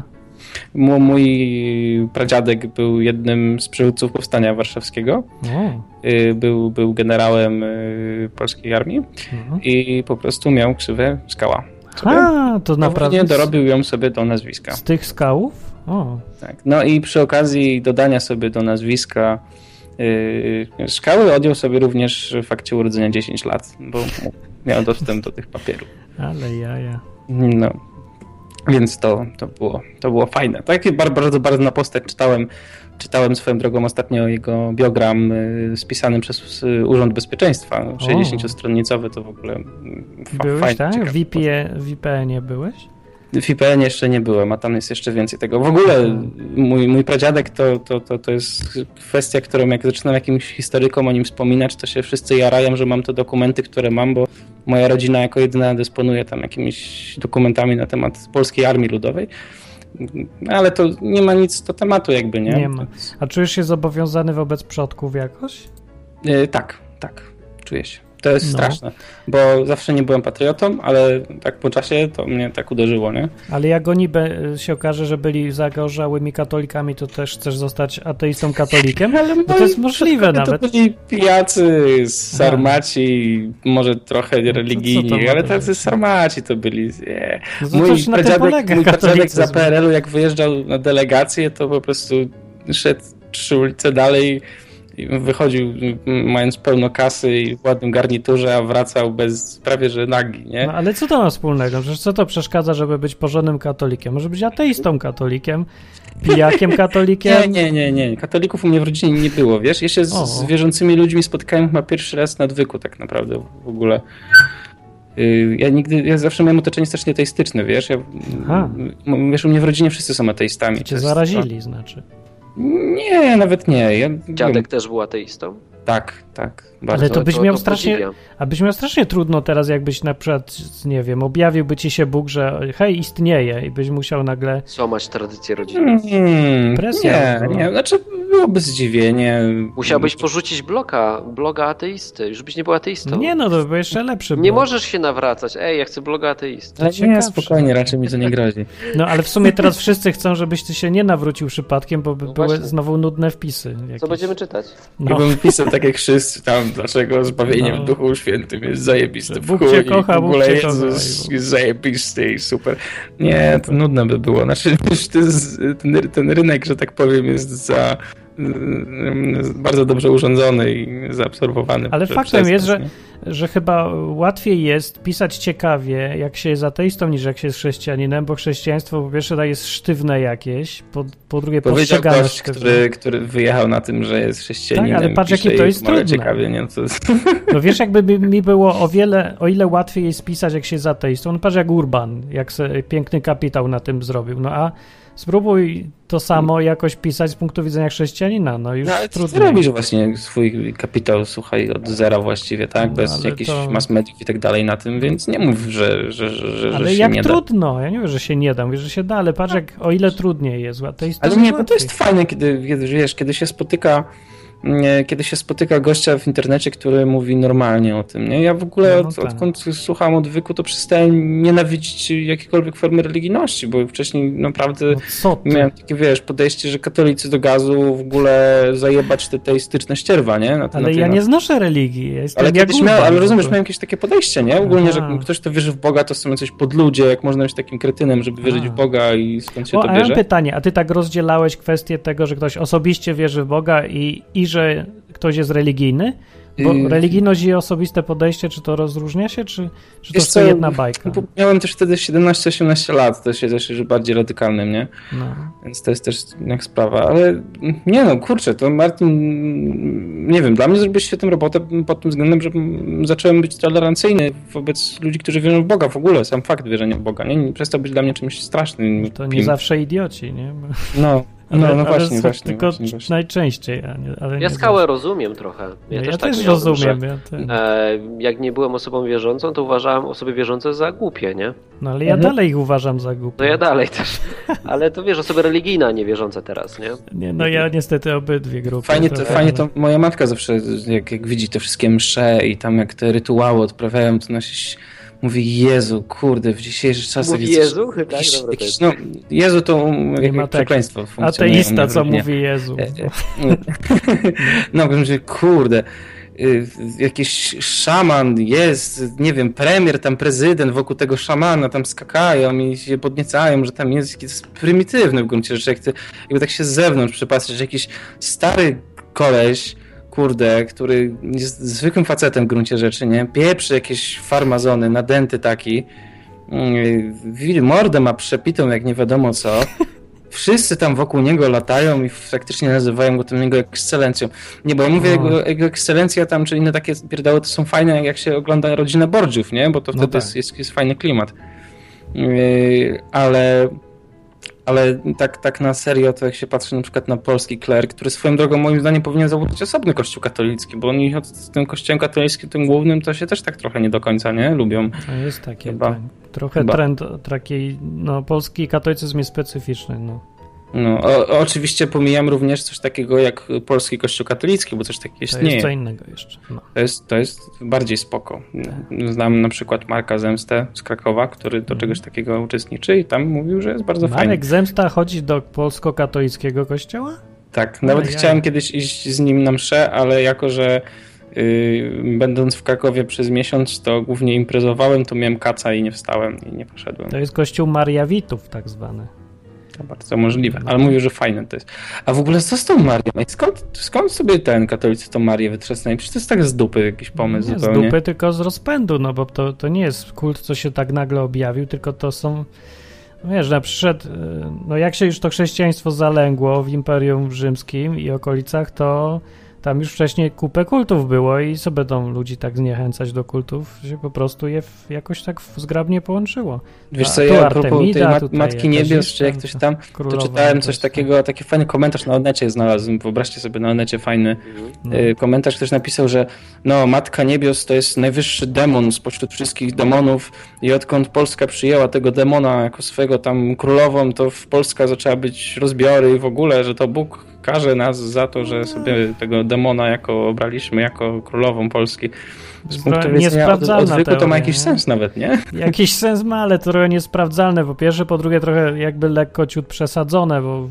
D: Mój pradziadek był jednym z przywódców powstania warszawskiego. Był generałem polskiej armii i po prostu miał ksywę Skała.
B: To naprawdę
D: dorobił ją sobie do nazwiska.
B: Z tych skałów?
D: Tak. No i przy okazji dodania sobie do nazwiska Skały odjął sobie również w fakcie urodzenia 10 lat, bo miał dostęp do tych papierów.
B: Ale jaja.
D: No. Więc to było fajne. Takie bardzo, bardzo na postać czytałem swoją drogą ostatnio jego biogram spisany przez Urząd Bezpieczeństwa. 60-stronnicowy to w ogóle
B: byłeś,
D: fajny.
B: Tak? W IPN-ie byłeś?
D: W IPN jeszcze nie byłem, a tam jest jeszcze więcej tego. W ogóle mój pradziadek to jest kwestia, którą jak zaczynam jakimś historykom o nim wspominać, to się wszyscy jarają, że mam te dokumenty, które mam, bo moja rodzina jako jedyna dysponuje tam jakimiś dokumentami na temat Polskiej Armii Ludowej. Ale to nie ma nic do tematu jakby, nie?
B: Nie ma. A czujesz się zobowiązany wobec przodków jakoś?
D: Tak, czuję się. To jest straszne, bo zawsze nie byłem patriotą, ale tak po czasie to mnie tak uderzyło, nie?
B: Ale jak oni się okaże, że byli zagorzałymi katolikami, to też chcesz zostać ateistą katolikiem?
D: Ale
B: to jest możliwe nawet.
D: To byli pijacy, sarmaci, może trochę religijni, ale tacy sarmaci to byli. Mój pradziadek za PRL-u, jak wyjeżdżał na delegację, to po prostu szedł 3 ulice dalej i wychodził mając pełno kasy i w ładnym garniturze, a wracał prawie że nagi, nie?
B: No ale co to ma wspólnego? Przecież co to przeszkadza, żeby być porządnym katolikiem? Może być ateistą katolikiem, pijakiem katolikiem?
D: Nie. Katolików u mnie w rodzinie nie było, wiesz? Ja się z wierzącymi ludźmi spotkałem chyba pierwszy raz na odwyku tak naprawdę w ogóle. Ja zawsze miałem otoczenie strasznie ateistyczne, wiesz? Wiesz, u mnie w rodzinie wszyscy są ateistami.
B: Cię zarazili, znaczy.
D: Nie, nawet nie.
A: Dziadek też był ateistą?
D: Tak.
B: Bardzo. Ale to byś miał strasznie, byś miał strasznie trudno teraz, jakbyś na przykład, nie wiem, objawiłby ci się Bóg, że hej, istnieje i byś musiał nagle...
A: Złamać tradycję rodzinną.
B: Presja.
D: Nie, znaczy byłoby zdziwienie.
A: Musiałbyś porzucić bloga ateisty, już byś nie był ateistą.
B: Nie, no to by jeszcze lepszy
A: Nie możesz się nawracać, ja chcę bloga ateisty.
D: Ale nie, spokojnie, raczej mi to nie grozi.
B: No ale w sumie teraz wszyscy chcą, żebyś ty się nie nawrócił przypadkiem, bo by były znowu nudne wpisy. Jakieś.
A: Co będziemy czytać?
D: Ja bym pisał tak jak wszyscy tam, dlaczego zbawienie w Duchu Świętym jest zajebiste.
B: Bóg cię kocha,
D: w ogóle Jezus jest zajebisty i super. Nie, to nudne by było. Znaczy ten rynek, że tak powiem, jest bardzo dobrze urządzony i zaabsorbowany.
B: Ale faktem jest, że chyba łatwiej jest pisać ciekawie, jak się jest ateistą, niż jak się jest chrześcijaninem, bo chrześcijaństwo po pierwsze jest sztywne jakieś, po drugie postrzegane
D: gość, który wyjechał na tym, że jest chrześcijaninem.
B: Tak, ale patrz, jakie to jest trudne.
D: Ciekawie, nie? To jest...
B: No wiesz, jakby mi było o ile łatwiej jest pisać, jak się jest ateistą. No patrz, jak Urban, jak sobie piękny kapitał na tym zrobił. No a spróbuj to samo jakoś pisać z punktu widzenia chrześcijanina, no już
D: ale
B: trudniej.
D: Ty robisz właśnie swój kapitał, słuchaj, od zera właściwie, tak? Bez jakichś mass mediów i tak dalej na tym, więc nie mów, że
B: ale
D: się
B: jak
D: nie
B: trudno, ja nie mówię, że się nie da, mówię, że się da, ale patrz, o ile trudniej jest.
D: Ale nie, bo to jest fajne, kiedy się spotyka gościa w internecie, który mówi normalnie o tym, nie? Ja w ogóle odkąd słucham odwyku, to przestałem nienawidzić jakiejkolwiek formy religijności, bo wcześniej naprawdę miałem takie, podejście, że katolicy do gazu w ogóle zajebać te teistyczne ścierwa, nie?
B: Ale ja nie znoszę religii.
D: Ale kiedyś rozumiesz, miałem jakieś takie podejście, nie? Ogólnie, że ktoś, kto wierzy w Boga, to są jacyś podludzie, jak można być takim kretynem, żeby wierzyć w Boga i skąd się to bierze.
B: A ja mam pytanie, a ty tak rozdzielałeś kwestię tego, że ktoś osobiście wierzy w Boga i że ktoś jest religijny? Bo religijność i osobiste podejście, czy to rozróżnia się, czy to jest jedna bajka?
D: Miałem też wtedy 17-18 lat, to się też już bardziej radykalnym, nie? No. Więc to jest też inna sprawa, ale nie no, kurczę, to Martin, nie wiem, dla mnie zrobiłeś świetną robotę pod tym względem, że zacząłem być tolerancyjny wobec ludzi, którzy wierzą w Boga w ogóle, sam fakt wierzenia w Boga, nie przestał być dla mnie czymś strasznym.
B: To nie zawsze idioci, nie?
D: No właśnie.
B: Tylko najczęściej.
A: Ja skałę rozumiem trochę.
B: Ja też rozumiem.
A: Jak nie byłem osobą wierzącą, to uważałem osoby wierzące za głupie, nie?
B: No ale ja dalej ich uważam za głupie.
A: No ja dalej też. Ale to wiesz, osoby religijne, a nie wierzące teraz, nie?
B: Nie, no ja niestety obydwie grupy.
D: Fajnie to moja matka zawsze, jak widzi te wszystkie msze i tam jak te rytuały odprawiają, to mówi, Jezu, kurde, w dzisiejszych czasach...
A: Mówi Jezu? Tak, dobra,
D: Jezu to przekleństwo.
B: Ateista, co mówi Jezu.
D: No, wiem, że kurde, jakiś szaman jest, nie wiem, premier, tam prezydent wokół tego szamana, tam skakają i się podniecają, że tam jest prymitywny w gruncie rzeczy. Jakby tak się z zewnątrz przypatrzeć, że jakiś stary koleś, kurde, który jest zwykłym facetem w gruncie rzeczy, nie? Pieprzy jakieś farmazony, nadęty taki, mordę ma przepitą jak nie wiadomo co, wszyscy tam wokół niego latają i faktycznie nazywają go tym jego ekscelencją. Nie, bo ja mówię jego ekscelencja tam, czy inne takie pierdały, to są fajne, jak się ogląda rodzinę Borgiów, nie? Bo to wtedy jest fajny klimat. Ale tak na serio, to jak się patrzy na przykład na polski kler, który swoją drogą moim zdaniem powinien założyć osobny kościół katolicki, bo oni z tym kościołem katolickim, tym głównym, to się też tak trochę nie do końca, nie? Lubią.
B: To jest takie, trochę trend takiej, polski katolicyzm jest specyficzny,
D: Oczywiście pomijam również coś takiego jak polski kościół katolicki, bo coś takiego istnieje.
B: To jest co innego jeszcze.
D: To jest bardziej spoko. Znam na przykład Marka Zemstę z Krakowa, który do czegoś takiego uczestniczy i tam mówił, że jest bardzo fajny.
B: Marek Zemsta chodzi do polsko-katolickiego kościoła?
D: Tak, nawet chciałem kiedyś iść z nim na mszę, ale jako, że będąc w Krakowie przez miesiąc, to głównie imprezowałem, to miałem kaca i nie wstałem i nie poszedłem.
B: To jest kościół Mariawitów tak zwany.
D: To bardzo możliwe, ale mówię, że fajne to jest. A w ogóle co z tą Marią? Skąd sobie katolicy tą Marię wytrzasnęli? Przecież to jest tak z dupy jakiś pomysł
B: nie
D: zupełnie.
B: Z dupy, tylko z rozpędu, bo to nie jest kult, co się tak nagle objawił, tylko to są... Wiesz, przyszedł... jak się już to chrześcijaństwo zalęgło w Imperium Rzymskim i okolicach, to tam już wcześniej kupę kultów było i co będą ludzi tak zniechęcać do kultów, że po prostu je jakoś tak zgrabnie połączyło.
D: Wiesz co, ja a propos tej Matki Niebios, czy jak coś tam, to czytałem coś takiego, taki fajny komentarz na Onecie znalazłem, wyobraźcie sobie na Onecie fajny komentarz, ktoś napisał, że Matka Niebios to jest najwyższy demon spośród wszystkich demonów i odkąd Polska przyjęła tego demona jako swojego tam królową, to w Polska zaczęła być rozbiory i w ogóle, że to Bóg karze nas za to, że sobie tego demona obraliśmy jako królową Polski. Z punktu widzenia odwyku to ma jakiś sens nawet, nie?
B: Jakiś sens ma, ale to trochę niesprawdzalne po pierwsze, po drugie trochę jakby lekko ciut przesadzone, bo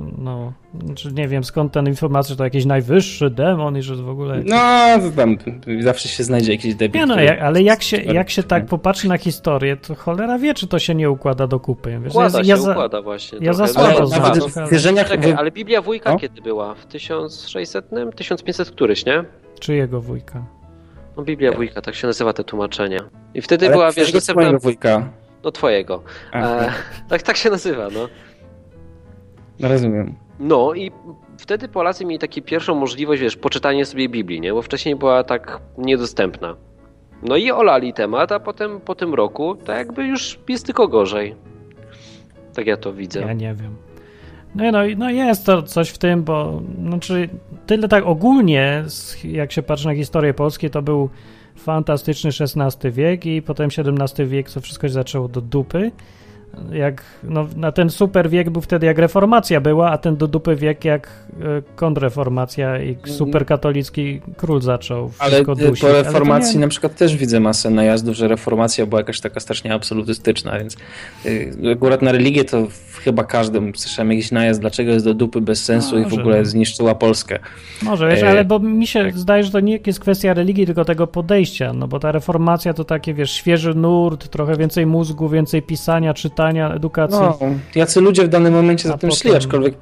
B: nie wiem skąd ten informacja, że to jakiś najwyższy demon i że w ogóle...
D: to tam zawsze się znajdzie jakiś debil.
B: Ale jak się tak popatrzy na historię, to cholera wie, czy to się nie układa do kupy. Wiesz,
A: układa właśnie.
B: Ja za słabo znam.
A: Ale Biblia Wujka kiedy była? W 1600? 1500 któryś, nie?
B: Czyjego wujka?
A: No Biblia wujka, tak się nazywa te tłumaczenia. I wtedy
D: Ale
A: była, wiesz,
D: twojego wujka.
A: No twojego. Tak się nazywa, no.
D: Rozumiem.
A: No i wtedy Polacy mieli taką pierwszą możliwość, wiesz, poczytania sobie Biblii, nie? Bo wcześniej była tak niedostępna. No i olali temat, a potem po tym roku to jakby już jest tylko gorzej. Tak ja to widzę.
B: Ja nie wiem. No jest to coś w tym, bo znaczy tyle tak ogólnie, jak się patrzy na historię Polski, to był fantastyczny XVI wiek i potem XVII wiek to wszystko się zaczęło do dupy. Na ten super wiek był wtedy jak reformacja była, a ten do dupy wiek jak kontrreformacja i superkatolicki król zaczął wszystko
D: ale
B: dusić.
D: Po reformacji na przykład też widzę masę najazdów, że reformacja była jakaś taka strasznie absolutystyczna, więc akurat na religię to chyba każdy słyszałem jakiś najazd, dlaczego jest do dupy bez sensu i w ogóle zniszczyła Polskę.
B: Może, wiesz, ale bo mi się zdaje, że to nie jest kwestia religii, tylko tego podejścia, no bo ta reformacja to takie, wiesz, świeży nurt, trochę więcej mózgu, więcej pisania, czytania, edukacji.
D: No, jacy ludzie w danym momencie za tym szli, aczkolwiek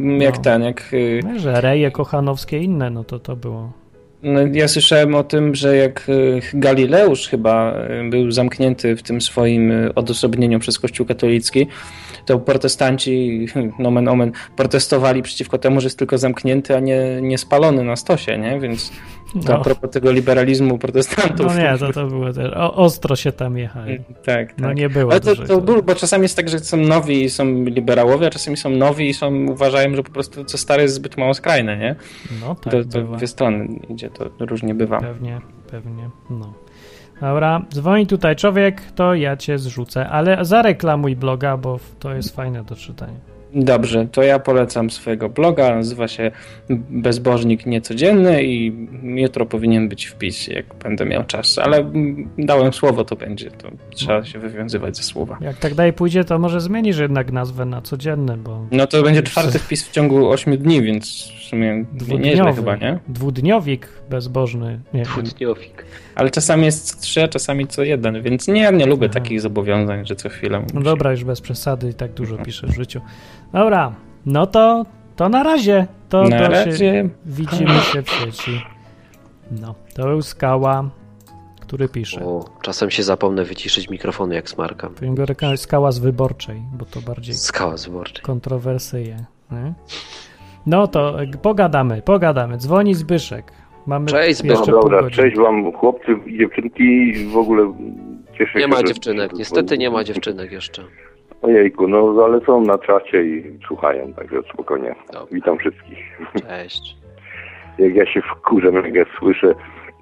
B: że reje kochanowskie inne, no to było.
D: No, ja słyszałem o tym, że jak Galileusz chyba był zamknięty w tym swoim odosobnieniu przez Kościół katolicki, to protestanci, nomen omen, protestowali przeciwko temu, że jest tylko zamknięty, a nie spalony na stosie, nie? Więc to a propos tego liberalizmu protestantów.
B: No nie, to było też, ostro się tam jechali.
D: Tak.
B: No nie było.
D: Ale to było, bo czasami jest tak, że są nowi i są liberałowie, a czasami są nowi i uważają, że po prostu co stare jest zbyt mało skrajne, nie?
B: No tak,
D: to w dwie strony idzie, to różnie bywa.
B: Pewnie, no. Dobra, dzwoni tutaj człowiek, to ja cię zrzucę, ale zareklamuj bloga, bo to jest fajne do czytania.
D: Dobrze, to ja polecam swojego bloga, nazywa się Bezbożnik Niecodzienny i jutro powinien być wpis, jak będę miał czas, ale dałem słowo, to będzie, to trzeba się wywiązywać ze słowa.
B: Jak tak dalej pójdzie, to może zmienisz jednak nazwę na codzienny, bo...
D: No to będzie 4. wpis w ciągu 8 dni, więc w sumie nieźle chyba, nie?
B: Dwudniowik bezbożny.
A: Dwudniowik.
D: Ale czasami jest 3, a czasami co 1, więc nie lubię takich zobowiązań, że co chwilę...
B: No dobra, już bez przesady i tak dużo piszesz w życiu. Dobra, no to na razie.
D: Na razie.
B: Widzimy się w sieci. No, to był Skała, który pisze.
A: Czasem się zapomnę wyciszyć mikrofonu jak Smarka.
B: Skała z Wyborczej, bo to bardziej
A: Skała z Wyborczej.
B: Kontrowersyjne. Nie? No to pogadamy. Dzwoni Zbyszek.
A: Cześć Zbyszek.
E: No dobra, cześć wam chłopcy i dziewczynki, w ogóle cieszę się.
A: Nie ma dziewczynek, niestety nie ma dziewczynek jeszcze.
E: Ojejku, no ale są na czacie i słuchają, także spokojnie. Dobra. Witam wszystkich.
A: Cześć.
E: Jak ja się wkurzę, jak ja słyszę,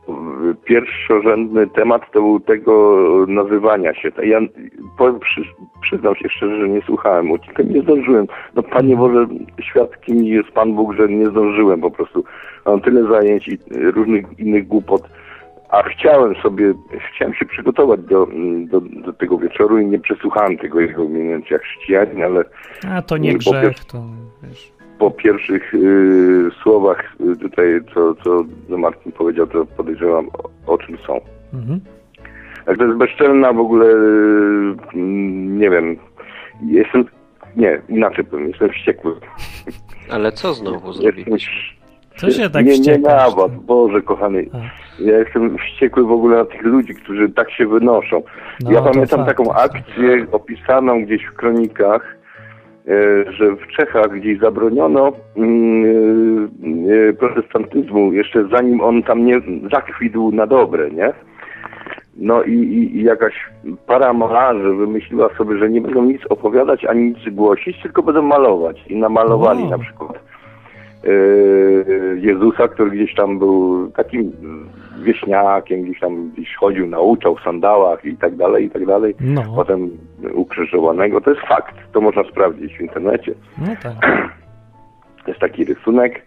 E: pierwszorzędny temat to był tego nazywania się. Ja przyznam się szczerze, że nie słuchałem odcinka, nie zdążyłem. No Panie Boże, świadkiem jest Pan Bóg, że nie zdążyłem po prostu. Mam tyle zajęć i różnych innych głupot. A chciałem się przygotować do tego wieczoru i nie przesłuchałem tego jego minięcia jak chrześcijanin, ale...
B: A to nie grzech, to wiesz...
E: Po pierwszych słowach tutaj, co Marcin powiedział, to podejrzewam, o czym są.
B: Mhm.
E: Jak to jest bezczelna w ogóle, nie wiem, inaczej powiem, jestem wściekły.
A: Ale co znowu zrobiłeś?
B: Co się tak
E: nie na was, Boże kochany. Ja jestem wściekły w ogóle na tych ludzi, którzy tak się wynoszą. No, ja pamiętam taką akcję opisaną gdzieś w kronikach, że w Czechach gdzieś zabroniono protestantyzmu, jeszcze zanim on tam nie zakwitł na dobre, nie? No i jakaś para malarzy wymyśliła sobie, że nie będą nic opowiadać ani nic głosić, tylko będą malować. I namalowali na przykład Jezusa, który gdzieś tam był takim wieśniakiem, gdzieś chodził, nauczał w sandałach i tak dalej.
B: No.
E: Potem ukrzyżowanego. To jest fakt. To można sprawdzić w internecie.
B: No tak.
E: Jest taki rysunek.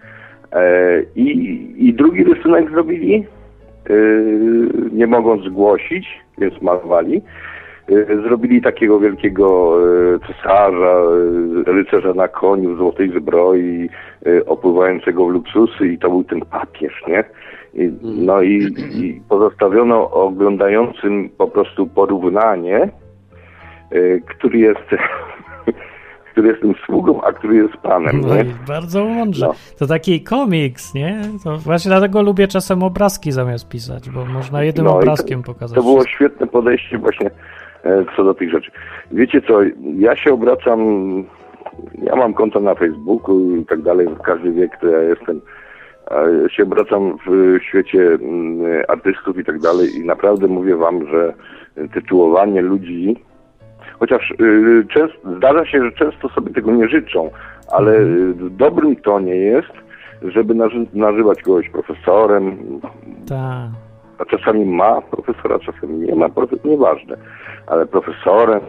E: I drugi rysunek zrobili, nie mogąc zgłosić, więc malowali. Zrobili takiego wielkiego cesarza, rycerza na koniu w złotej zbroi, opływającego w luksusy i to był ten papież, nie? No i pozostawiono który jestem sługą, a który jest panem.
B: No i bardzo mądrze. No. To taki komiks, nie? To właśnie dlatego lubię czasem obrazki zamiast pisać, bo można jednym obrazkiem pokazać.
E: To było świetne podejście właśnie co do tych rzeczy. Wiecie co, ja się obracam, ja mam konto na Facebooku i tak dalej, każdy wie, kto ja jestem. Się obracam w świecie artystów i tak dalej i naprawdę mówię wam, że tytułowanie ludzi, chociaż zdarza się, że często sobie tego nie życzą, ale w dobrym tonie jest, żeby nazywać kogoś profesorem, a czasami ma profesora, czasami nie ma profesora, nieważne, ale profesorem,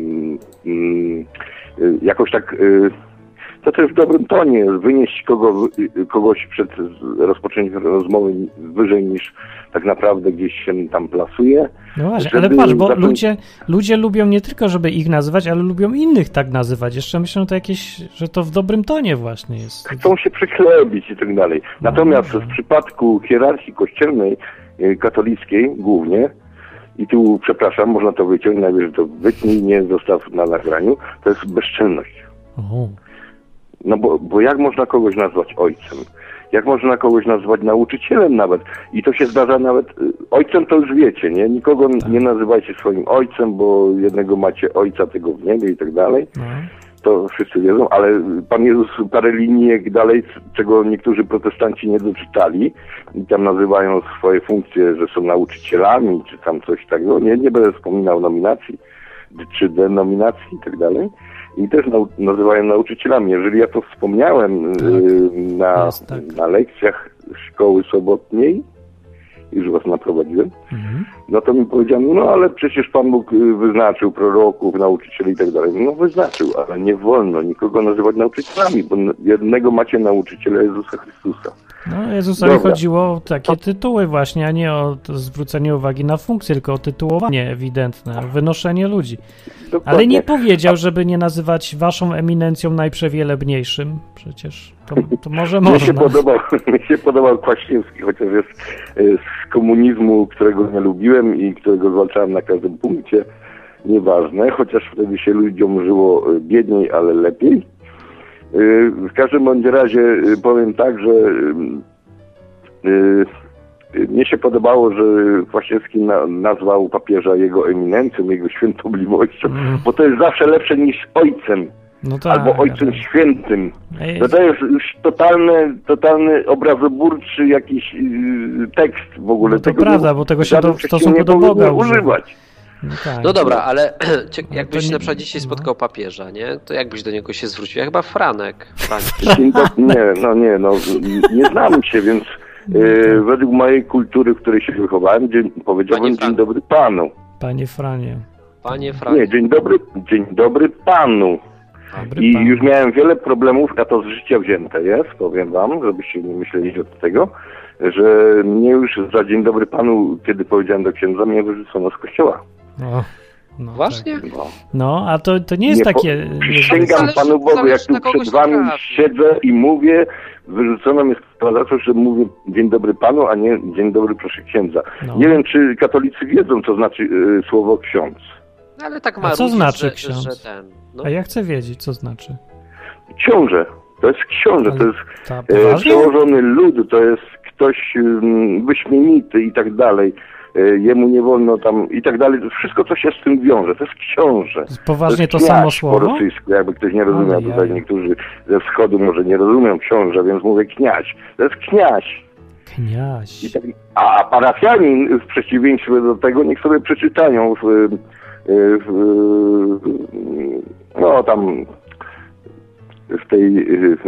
E: jakoś tak... To też w dobrym tonie jest wynieść kogoś przed rozpoczęciem rozmowy wyżej niż tak naprawdę gdzieś się tam plasuje.
B: No właśnie, ale patrz, bo ludzie lubią nie tylko, żeby ich nazywać, ale lubią innych tak nazywać. Jeszcze myślą to że to w dobrym tonie właśnie jest.
E: Chcą się przychlebić i tak dalej. Natomiast w przypadku hierarchii kościelnej, katolickiej głównie, i tu, przepraszam, można to wyciągnąć, najwyżej to wytnij, nie zostaw na nagraniu, to jest bezczelność. No bo jak można kogoś nazwać ojcem? Jak można kogoś nazwać nauczycielem nawet? I to się zdarza nawet... Ojcem to już wiecie, nie? Nikogo nie nazywajcie swoim ojcem, bo jednego macie ojca tego w niebie i tak dalej. To wszyscy wiedzą, ale Pan Jezus parę linijek dalej, czego niektórzy protestanci nie doczytali i tam nazywają swoje funkcje, że są nauczycielami, czy tam coś takiego. Nie będę wspominał nominacji, czy denominacji i tak dalej. I też nazywają nauczycielami. Jeżeli ja to wspomniałem na lekcjach szkoły sobotniej, już was naprowadziłem, no to mi powiedziano, no ale przecież Pan Bóg wyznaczył proroków, nauczycieli i tak dalej. No wyznaczył, ale nie wolno nikogo nazywać nauczycielami, bo jednego macie nauczyciela Jezusa Chrystusa.
B: No Jezusowi chodziło o takie tytuły właśnie, a nie o zwrócenie uwagi na funkcję, tylko o tytułowanie ewidentne, o wynoszenie ludzi. Dokładnie. Ale nie powiedział, żeby nie nazywać waszą eminencją najprzewielebniejszym. Przecież to może można.
E: Mi się podobał Kwaśniewski, chociaż jest z komunizmu, którego nie lubiłem i którego zwalczałem na każdym punkcie. Nieważne, chociaż wtedy się ludziom żyło biedniej, ale lepiej. W każdym bądź razie powiem tak, że mnie się podobało, że Kwaśniewski nazwał papieża jego eminencją, jego świętobliwością, bo to jest zawsze lepsze niż ojcem. No tak, albo ojcem świętym. No to jest już totalny obrazoburczy jakiś tekst w ogóle.
B: No to prawda, bo tego się w stosunku do Boga używać.
A: No dobra, ale jakbyś na przykład dzisiaj spotkał papieża, nie? To jakbyś do niego się zwrócił? Ja chyba Franek.
E: Nie znam się, więc według mojej kultury, w której się wychowałem, powiedziałbym dzień dobry panu.
B: Panie Franie.
E: Nie, dzień dobry panu. Już miałem wiele problemów, a to z życia wzięte jest, powiem wam, żebyście nie myśleli od tego, że mnie już za dzień dobry panu, kiedy powiedziałem do księdza, mnie wyrzucono z kościoła.
B: No
A: właśnie?
B: Tak. No, a to nie jest takie...
E: Przysięgam Panu Bogu, jak tu przed wami siedzę i mówię, wyrzucono mnie za to, że mówię dzień dobry panu, a nie dzień dobry proszę księdza. Nie wiem, czy katolicy wiedzą, co znaczy słowo ksiądz.
A: No, ale tak ma
B: a co znaczy ksiądz? A ja chcę wiedzieć, co znaczy.
E: Książę. To jest książę, to jest przełożony lud, to jest ktoś wyśmienity i tak dalej. Jemu nie wolno tam i tak dalej. Wszystko, co się z tym wiąże. To jest książę.
B: Poważnie to samo słowo?
E: Po rosyjsku, jakby ktoś nie rozumiał. Tutaj niektórzy ze wschodu może nie rozumią książę, więc mówię kniaź. To jest kniaź.
B: Kniaź.
E: A parafianin w przeciwieństwie do tego niech sobie przeczytają w tej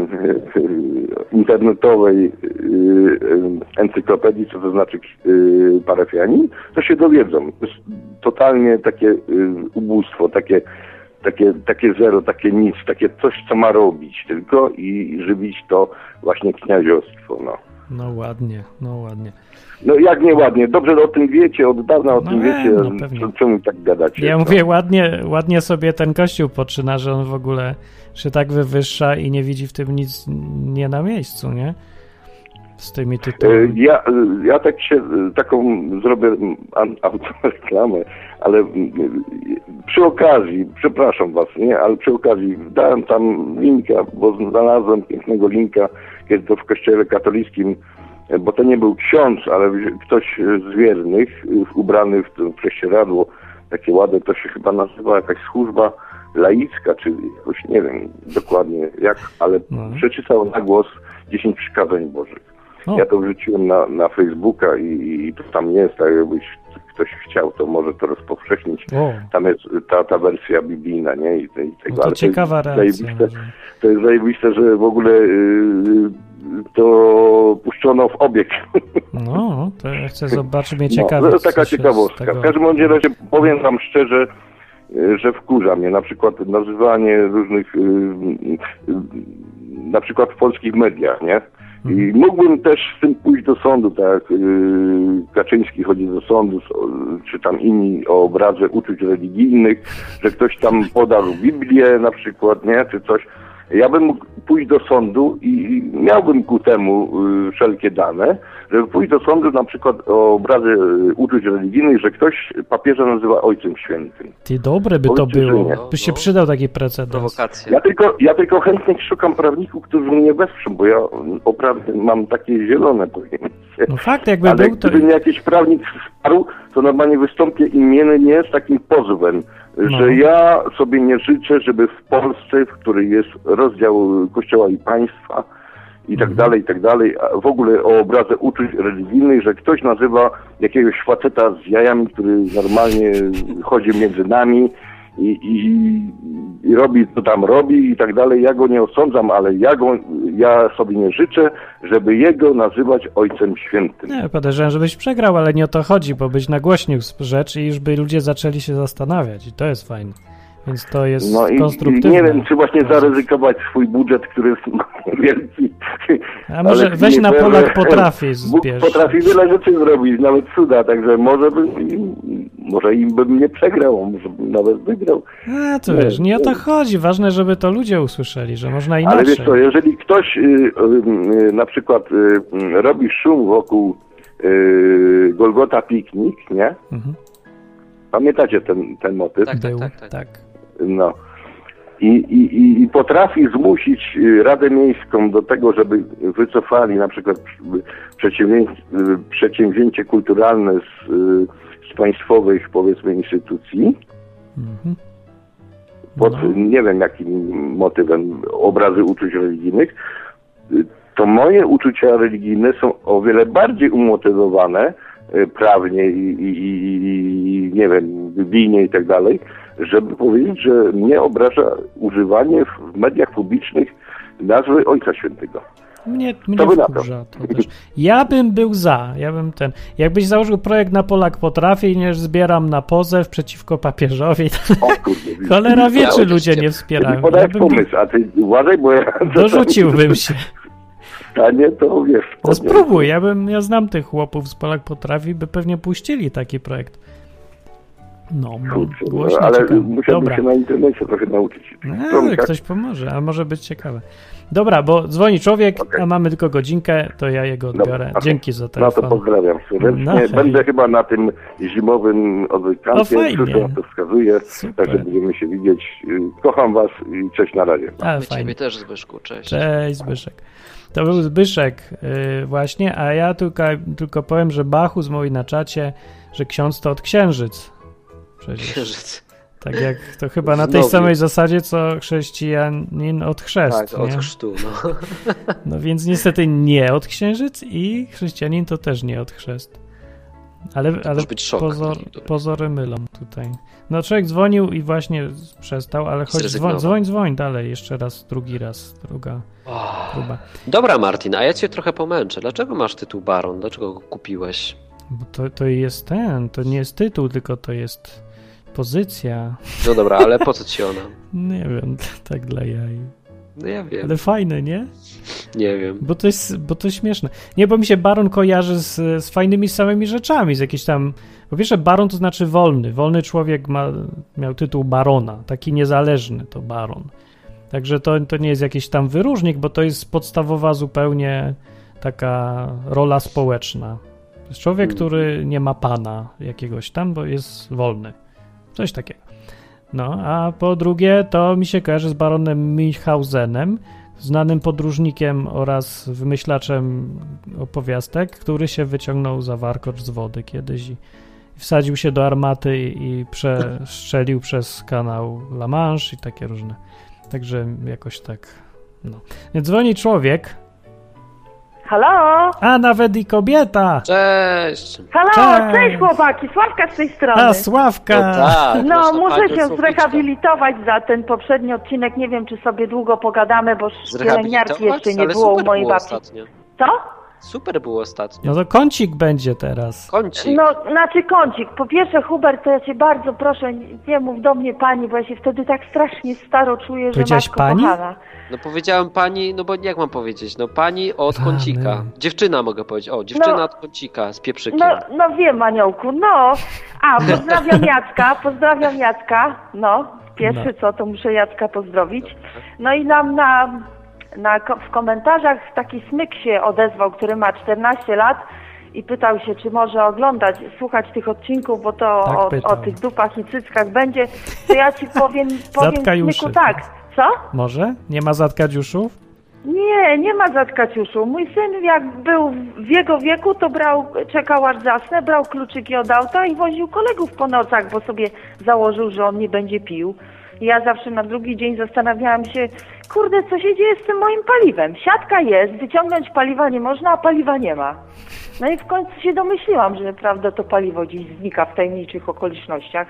E: internetowej encyklopedii, co to znaczy parafianin, to się dowiedzą. To jest totalnie takie ubóstwo, takie zero, takie nic, takie coś, co ma robić tylko i żywić to właśnie kniaziostwo.
B: No ładnie.
E: No jak nie ładnie? Dobrze o tym wiecie, od dawna o tym wiecie. Czemu tak gadacie?
B: Ja mówię, ładnie sobie ten kościół poczyna, że on w ogóle się tak wywyższa i nie widzi w tym nic nie na miejscu, nie? Z tymi tytułami.
E: Ja taką zrobię autoreklamę, ale przy okazji, przepraszam was, nie, ale przy okazji dałem tam linka, bo znalazłem pięknego linka, kiedy to w kościele katolickim, bo to nie był ksiądz, ale ktoś z wiernych, ubrany w to prześcieradło, takie ładne, to się chyba nazywa jakaś służba laicka, czy jakoś, nie wiem dokładnie jak, ale przeczytał na głos 10 przykazań Bożych. Ja to wrzuciłem na Facebooka i to tam jest, tak jakbyś ktoś chciał, to może to rozpowszechnić. Tam jest ta wersja biblijna, nie? I tego,
B: no to ciekawa reakcja.
E: To jest zajebiste, że w ogóle to puszczono w obieg.
B: No, to ja chcę zobaczyć, mnie ciekawe.
E: To jest taka ciekawostka. W każdym razie powiem wam szczerze, że wkurza mnie na przykład nazywanie różnych, na przykład w polskich mediach, nie? I mógłbym też z tym pójść do sądu, tak jak Kaczyński chodzi do sądu, czy tam inni o obradze uczuć religijnych, że ktoś tam podał Biblię na przykład, nie, czy coś. Ja bym mógł pójść do sądu i miałbym ku temu wszelkie dane, żeby pójść do sądu na przykład o obrazy uczuć religijnych, że ktoś papieża nazywa Ojcem Świętym.
B: Ty, dobre by to było. By się przydał taki precedens.
E: Ja tylko chętnie szukam prawników, którzy mnie wesprzą, bo ja oprawdę mam takie zielone pojęcie.
B: No fakt, jakby
E: ale
B: był to...
E: gdyby mnie jakiś prawnik wsparł, to normalnie wystąpię imiennie z takim pozwem, że ja sobie nie życzę, żeby w Polsce, w której jest rozdział Kościoła i państwa i tak dalej, a w ogóle o obrazę uczuć religijnych, że ktoś nazywa jakiegoś faceta z jajami, który normalnie chodzi między nami i robi, co tam robi i tak dalej. Ja go nie osądzam, ale ja sobie nie życzę, żeby jego nazywać Ojcem Świętym.
B: Nie, podejrzewam, żebyś przegrał, ale nie o to chodzi, bo byś nagłośnił rzecz i już by ludzie zaczęli się zastanawiać i to jest fajne. Więc to jest konstruktywne.
E: I nie wiem, czy właśnie zaryzykować swój budżet, który jest wielki.
B: A może weź na Polak potrafi zbierz.
E: Potrafi wiele rzeczy zrobić, nawet cuda, także może im bym nie przegrał, może bym nawet wygrał.
B: A to wiesz, nie o to chodzi. Ważne, żeby to ludzie usłyszeli, że można inaczej.
E: Ale wiesz co, jeżeli ktoś na przykład robi szum wokół Golgota Piknik, nie? Pamiętacie ten motyw?
B: Tak.
E: No. I potrafi zmusić Radę Miejską do tego, żeby wycofali na przykład przedsięwzięcie kulturalne z państwowych, powiedzmy, instytucji. Pod nie wiem jakim motywem, obrazy uczuć religijnych, to moje uczucia religijne są o wiele bardziej umotywowane prawnie i nie wiem, biblijnie i tak dalej, żeby powiedzieć, że mnie obraża używanie w mediach publicznych nazwy Ojca Świętego.
B: Mnie wkurza to też. Ja bym był za. Jakbyś założył projekt na Polak potrafi i nie zbieram na pozew przeciwko papieżowi. Cholera wie, czy ludzie nie wspierają.
E: Podajesz pomysł, a ty uważaj, bo ja...
B: Dorzuciłbym się.
E: A nie, to wiesz...
B: No spróbuj, ja znam tych chłopów z Polak potrafi, by pewnie puścili taki projekt. Głośno,
E: ale musiałbym się na internecie trochę nauczyć.
B: Ktoś pomoże, a może być ciekawe. Dobra, bo dzwoni człowiek, a mamy tylko godzinkę, to ja jego odbiorę. Dzięki za telefon.
E: No to pozdrawiam serdecznie. Będę chyba na tym zimowym odwykampie, wszystko na to wskazuje, także będziemy się widzieć. Kocham was i cześć, na razie.
A: Ciebie też, Zbyszku, cześć.
B: Cześć, Zbyszek. To był Zbyszek właśnie, a ja tylko powiem, że Bachus mówi na czacie, że ksiądz to od księżyc.
A: Księżyc.
B: Tak jak to chyba na tej samej zasadzie, co chrześcijanin od chrzest.
A: Tak, od chrztu, no.
B: No więc niestety nie od księżyc i chrześcijanin to też nie od chrzest. Ale pozory mylą tutaj. No człowiek dzwonił i właśnie przestał, ale choć dzwoń dalej, jeszcze raz, drugi raz, druga próba.
A: Dobra, Martin, a ja cię trochę pomęczę. Dlaczego masz tytuł baron? Dlaczego go kupiłeś?
B: Bo to jest to nie jest tytuł, tylko to jest pozycja.
A: No dobra, ale po co ci ona?
B: Nie wiem, tak dla jaj.
A: No ja wiem.
B: Ale fajne, nie?
A: Nie wiem.
B: Bo to śmieszne. Nie, bo mi się baron kojarzy z fajnymi samymi rzeczami, z jakiś tam... Po pierwsze, baron to znaczy wolny. Wolny człowiek miał tytuł barona. Taki niezależny to baron. Także to nie jest jakiś tam wyróżnik, bo to jest podstawowa zupełnie taka rola społeczna. To jest człowiek, który nie ma pana jakiegoś tam, bo jest wolny. Coś takiego. No, a po drugie to mi się kojarzy z baronem Münchhausenem, znanym podróżnikiem oraz wymyślaczem opowiastek, który się wyciągnął za warkocz z wody kiedyś i wsadził się do armaty i przestrzelił przez kanał La Manche i takie różne. Także jakoś tak, no. Więc dzwoni człowiek.
F: Halo?
B: A nawet i kobieta!
A: Cześć!
F: Halo, cześć chłopaki, Sławka z tej strony.
B: A, Sławka!
A: No tak,
F: No, muszę się
A: Słowniczka.
F: zrehabilitować za ten poprzedni odcinek. Nie wiem, czy sobie długo pogadamy, bo pielęgniarki jeszcze nie
A: Ale
F: było u
A: super
F: mojej
A: było
F: babci.
A: ostatnio.
F: Co?
A: Super było ostatnio.
B: No to kącik będzie teraz.
A: Kącik.
F: No, znaczy kącik. Po pierwsze, Hubert, to ja cię bardzo proszę, nie mów do mnie pani, bo ja się wtedy tak strasznie staro czuję, że
B: Powiedziałaś
F: matko
B: pani?
F: kochana.
A: No powiedziałem pani, no bo jak mam powiedzieć? No pani od
B: A,
A: kącika.
B: no.
A: Dziewczyna mogę powiedzieć. O, dziewczyna
F: No.
A: od kącika z pieprzykiem.
F: No wiem, Aniołku, no. A, pozdrawiam Jacka. No, pierwsze
B: No.
F: co, to muszę Jacka pozdrowić. No i nam w komentarzach taki smyk się odezwał, który ma 14 lat i pytał się, czy może słuchać tych odcinków, bo to
B: Tak
F: o
B: pytał.
F: tych dupach i cyckach będzie. To ja ci powiem
B: Zatkaj
F: smyku
B: uszy.
F: tak. Co?
B: Może? Nie ma zatkadziuszów?
F: Nie ma zatkaciuszu. Mój syn jak był w jego wieku, to czekał aż zasnę, brał kluczyki od auta i woził kolegów po nocach, bo sobie założył, że on nie będzie pił. I ja zawsze na drugi dzień zastanawiałam się, kurde, co się dzieje z tym moim paliwem? Siatka jest, wyciągnąć paliwa nie można, a paliwa nie ma. No i w końcu się domyśliłam, że prawda to paliwo gdzieś znika w tajemniczych okolicznościach.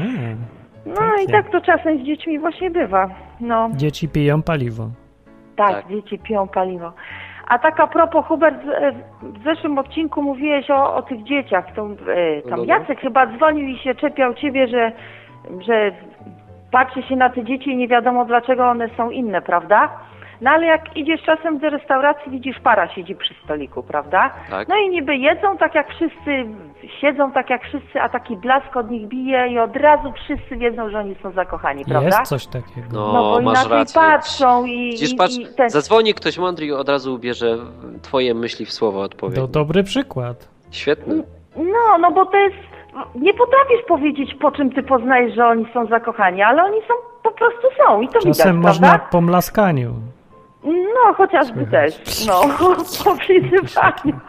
F: No i tak to czasem z dziećmi właśnie bywa. No.
B: Dzieci piją paliwo.
F: Tak, dzieci piją paliwo. A tak a propos, Hubert, w zeszłym odcinku mówiłeś o tych dzieciach. Tam Jacek chyba dzwonił i się czepiał ciebie, że patrzy się na te dzieci i nie wiadomo dlaczego one są inne, prawda? No ale jak idziesz czasem do restauracji, widzisz para siedzi przy stoliku, prawda?
A: Tak.
F: No i niby jedzą tak jak wszyscy, siedzą tak jak wszyscy, a taki blask od nich bije i od razu wszyscy wiedzą, że oni są zakochani, prawda?
B: Jest coś takiego.
F: No bo
A: masz
F: inaczej
A: rację.
F: patrzą
A: Widzisz, patrz, zadzwoni ktoś mądry i od razu ubierze twoje myśli w słowo odpowiedzi.
B: To dobry przykład.
A: Świetny.
F: No bo to jest... Nie potrafisz powiedzieć, po czym ty poznajesz, że oni są zakochani, ale oni po prostu są i to widać,
B: Czasem można
F: prawda?
B: po mlaskaniu.
F: No, chociażby
B: Słychać.
F: też. No, po przyzywaniu.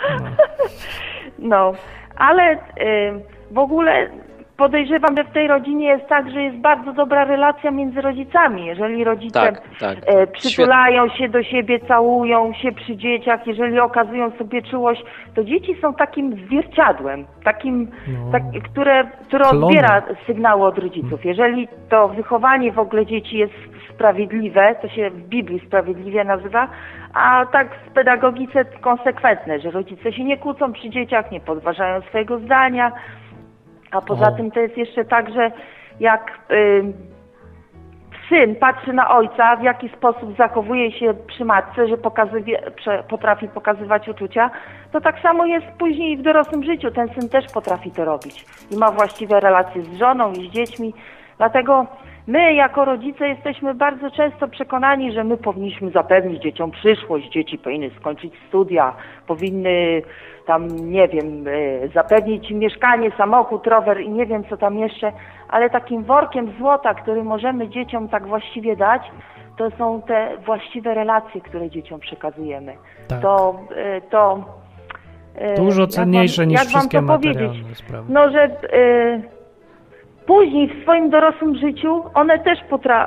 F: No, ale w ogóle podejrzewam, że w tej rodzinie jest tak, że jest bardzo dobra relacja między rodzicami. Jeżeli rodzice
A: Tak.
F: przytulają się do siebie, całują się przy dzieciach, jeżeli okazują sobie czułość, to dzieci są takim zwierciadłem, które odbiera sygnały od rodziców. Jeżeli to wychowanie w ogóle dzieci jest sprawiedliwe, to się w Biblii sprawiedliwie nazywa, a tak w pedagogice konsekwentne, że rodzice się nie kłócą przy dzieciach, nie podważają swojego zdania, a poza tym to jest jeszcze tak, że jak syn patrzy na ojca, w jaki sposób zachowuje się przy matce, że potrafi pokazywać uczucia, to tak samo jest później w dorosłym życiu. Ten syn też potrafi to robić i ma właściwe relacje z żoną i z dziećmi. Dlatego my jako rodzice jesteśmy bardzo często przekonani, że my powinniśmy zapewnić dzieciom przyszłość. Dzieci powinny skończyć studia, powinny tam, nie wiem, zapewnić im mieszkanie, samochód, rower i nie wiem co tam jeszcze, ale takim workiem złota, który możemy dzieciom tak właściwie dać, to są te właściwe relacje, które dzieciom przekazujemy.
B: Tak.
F: To
B: dużo cenniejsze niż wszystkie materialne sprawy.
F: No, że później w swoim dorosłym życiu one też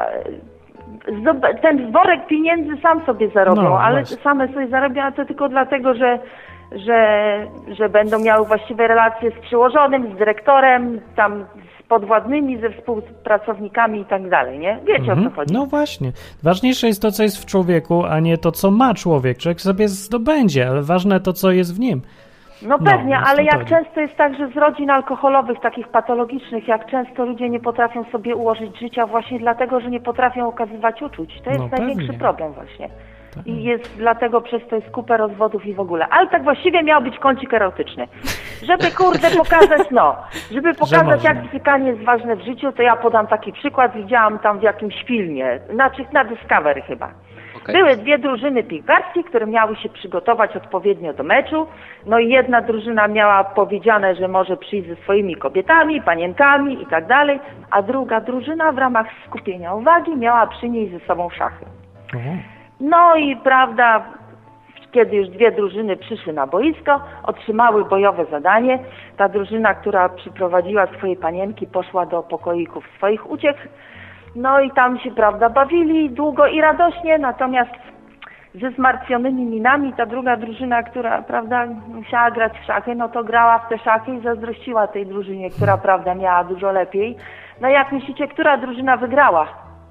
F: ten worek pieniędzy sam sobie zarobią, ale same sobie zarobią, a to tylko dlatego, że będą miały właściwe relacje z przełożonym, z dyrektorem, tam z podwładnymi, ze współpracownikami i tak dalej, nie? Wiecie o co chodzi.
B: No właśnie. Ważniejsze jest to, co jest w człowieku, a nie to, co ma człowiek. Człowiek sobie zdobędzie, ale ważne to, co jest w nim.
F: No pewnie, ale jak często jest tak, że z rodzin alkoholowych, takich patologicznych, jak często ludzie nie potrafią sobie ułożyć życia właśnie dlatego, że nie potrafią okazywać uczuć. To jest największy problem właśnie. I jest dlatego przez to jest kupę rozwodów i w ogóle. Ale tak właściwie miał być kącik erotyczny. Żeby pokazać, jak stykanie jest ważne w życiu, to ja podam taki przykład. Widziałam tam w jakimś filmie, na Discovery chyba.
A: Okay.
F: Były 2 drużyny piłkarskie, które miały się przygotować odpowiednio do meczu. No i jedna drużyna miała powiedziane, że może przyjść ze swoimi kobietami, panienkami i tak dalej, a druga drużyna w ramach skupienia uwagi miała przynieść ze sobą szachy. No i prawda, kiedy już 2 drużyny przyszły na boisko, otrzymały bojowe zadanie. Ta drużyna, która przyprowadziła swoje panienki, poszła do pokoików swoich uciech. No i tam się, prawda, bawili długo i radośnie, natomiast ze zmartwionymi minami ta druga drużyna, która, prawda, musiała grać w szachy, no to grała w te szachy i zazdrościła tej drużynie, która, prawda, miała dużo lepiej. No jak myślicie, która drużyna wygrała?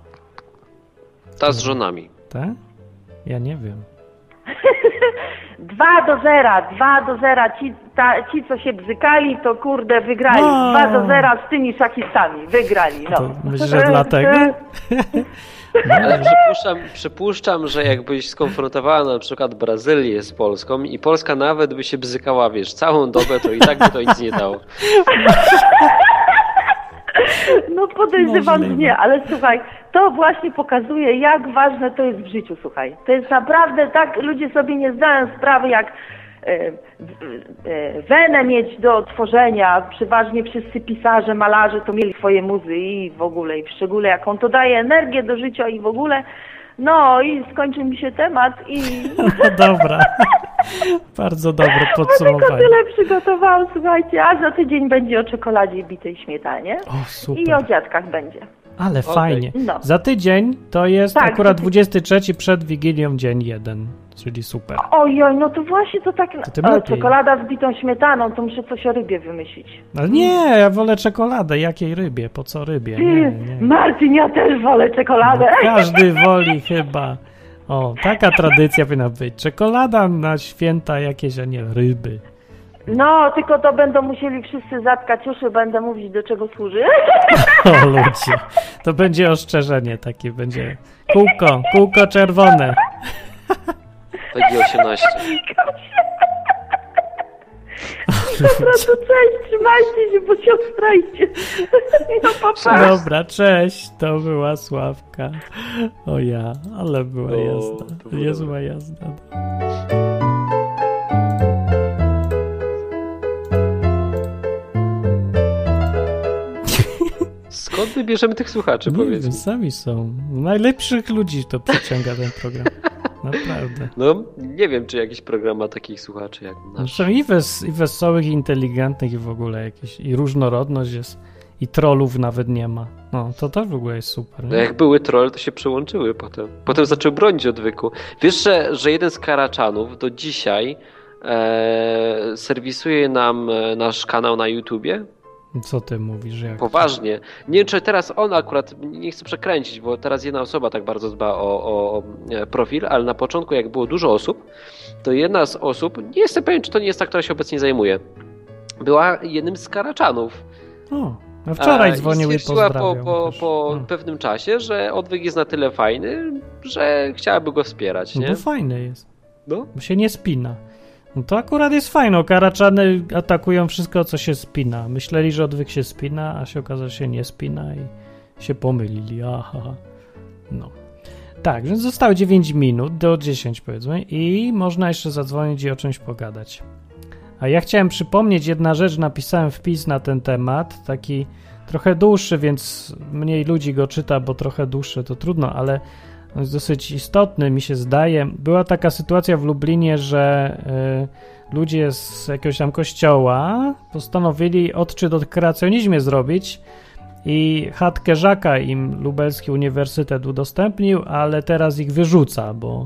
A: Ta z żonami.
B: Tak? Ja nie wiem.
F: 2-0. Ci, co się bzykali, to kurde wygrali. 2-0 z tymi szachistami. Wygrali, no.
B: To myślisz, że dlatego?
A: Ale przypuszczam, że jakbyś skonfrontowała na przykład Brazylię z Polską i Polska nawet by się bzykała, wiesz, całą dobę, to i tak by to nic nie dało.
F: No podejrzewam, że nie, ale słuchaj, to właśnie pokazuje, jak ważne to jest w życiu, słuchaj. To jest naprawdę tak, ludzie sobie nie zdają sprawy, jak wenę mieć do tworzenia. Przeważnie wszyscy pisarze, malarze to mieli swoje muzy i w ogóle, i w szczególe jaką to daje energię do życia i w ogóle. No i skończył mi się temat i...
B: No dobra, bardzo dobre podsumowanie.
F: Tylko tyle przygotowałam, słuchajcie, a za tydzień będzie o czekoladzie i bitej śmietanie.
B: O, super.
F: I o dziadkach będzie.
B: Ale fajnie.
F: No.
B: Za tydzień to jest
F: tak,
B: akurat 23 przed Wigilią dzień 1, czyli super.
F: Ojoj, no to właśnie to tak...
B: To
F: czekolada z bitą śmietaną, to muszę coś o rybie wymyślić.
B: Ale nie, ja wolę czekoladę. Jakiej rybie? Po co rybie? Nie.
F: Marcin, ja też wolę czekoladę.
B: No, każdy woli chyba. O, taka tradycja powinna być. Czekolada na święta jakieś, a nie ryby.
F: No, tylko to będą musieli wszyscy zatkać uszy, będę mówić, do czego służy.
B: O ludzie, to będzie ostrzeżenie takie, będzie kółko czerwone.
A: PG 18.
F: Dobra, to cześć, trzymajcie się, bo się ostrajcie. No, papa.
B: Dobra, cześć, to była Sławka. O ja, ale była jazda. Niezła jazda.
A: Skąd wybierzemy tych słuchaczy, powiedzmy?
B: Sami są. Najlepszych ludzi to przyciąga ten program. Naprawdę.
A: No, nie wiem, czy jakiś program ma takich słuchaczy jak nasz.
B: Zresztą i wesołych, i inteligentnych, i w ogóle jakieś. I różnorodność jest. I trollów nawet nie ma. No, to też w ogóle jest super.
A: No jak były trolle, to się przyłączyły potem. Potem zaczął bronić odwyku. Wiesz, że jeden z Karaczanów do dzisiaj serwisuje nam nasz kanał na YouTubie?
B: Co ty mówisz? Jak?
A: Poważnie. Nie wiem, czy teraz on akurat, nie chcę przekręcić, bo teraz jedna osoba tak bardzo dba o profil, ale na początku, jak było dużo osób, to jedna z osób, nie jestem pewien, czy to nie jest ta, która się obecnie zajmuje, była jednym z Karaczanów.
B: O, a wczoraj dzwonił i pozdrawiał.
A: Po pewnym czasie, że odwyk jest na tyle fajny, że chciałaby go wspierać. Nie?
B: No bo fajny jest.
A: No?
B: Bo się nie spina. No to akurat jest fajno. Karaczany atakują wszystko, co się spina. Myśleli, że odwyk się spina, a się okazało, że się nie spina i się pomylili. Aha. No. Tak, więc zostało 9 minut do 10 powiedzmy i można jeszcze zadzwonić i o czymś pogadać. A ja chciałem przypomnieć jedna rzecz, napisałem wpis na ten temat, taki trochę dłuższy, więc mniej ludzi go czyta, bo trochę dłuższy to trudno, ale on jest dosyć istotny, mi się zdaje. Była taka sytuacja w Lublinie, że ludzie z jakiegoś tam kościoła postanowili odczyt o kreacjonizmie zrobić i chatkę Żaka im Lubelski Uniwersytet udostępnił, ale teraz ich wyrzuca, bo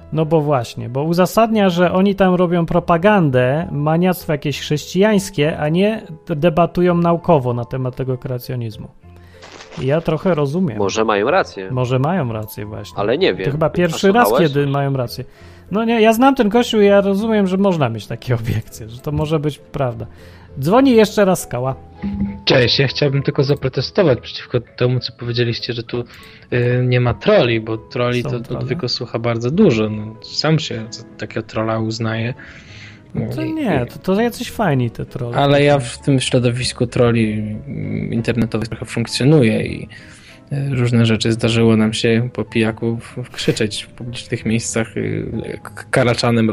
B: uzasadnia, że oni tam robią propagandę, maniactwo jakieś chrześcijańskie, a nie debatują naukowo na temat tego kreacjonizmu. I ja trochę rozumiem.
A: Może mają rację.
B: Może mają rację właśnie.
A: Ale nie wiem.
B: To chyba pierwszy raz, kiedy mają rację. No nie, ja znam ten kościół i ja rozumiem, że można mieć takie obiekcje, że to może być prawda. Dzwoni jeszcze raz Skała.
D: Cześć, ja chciałbym tylko zaprotestować przeciwko temu, co powiedzieliście, że tu nie ma trolli, bo trolli to odwyku słucha bardzo dużo. No, sam się za takiego trolla uznaję.
B: To nie, to jacyś fajni te trolle.
D: Ale ja w tym środowisku trolli internetowych trochę funkcjonuję i różne rzeczy. Zdarzyło nam się po pijaku krzyczeć w publicznych miejscach Karaczanem,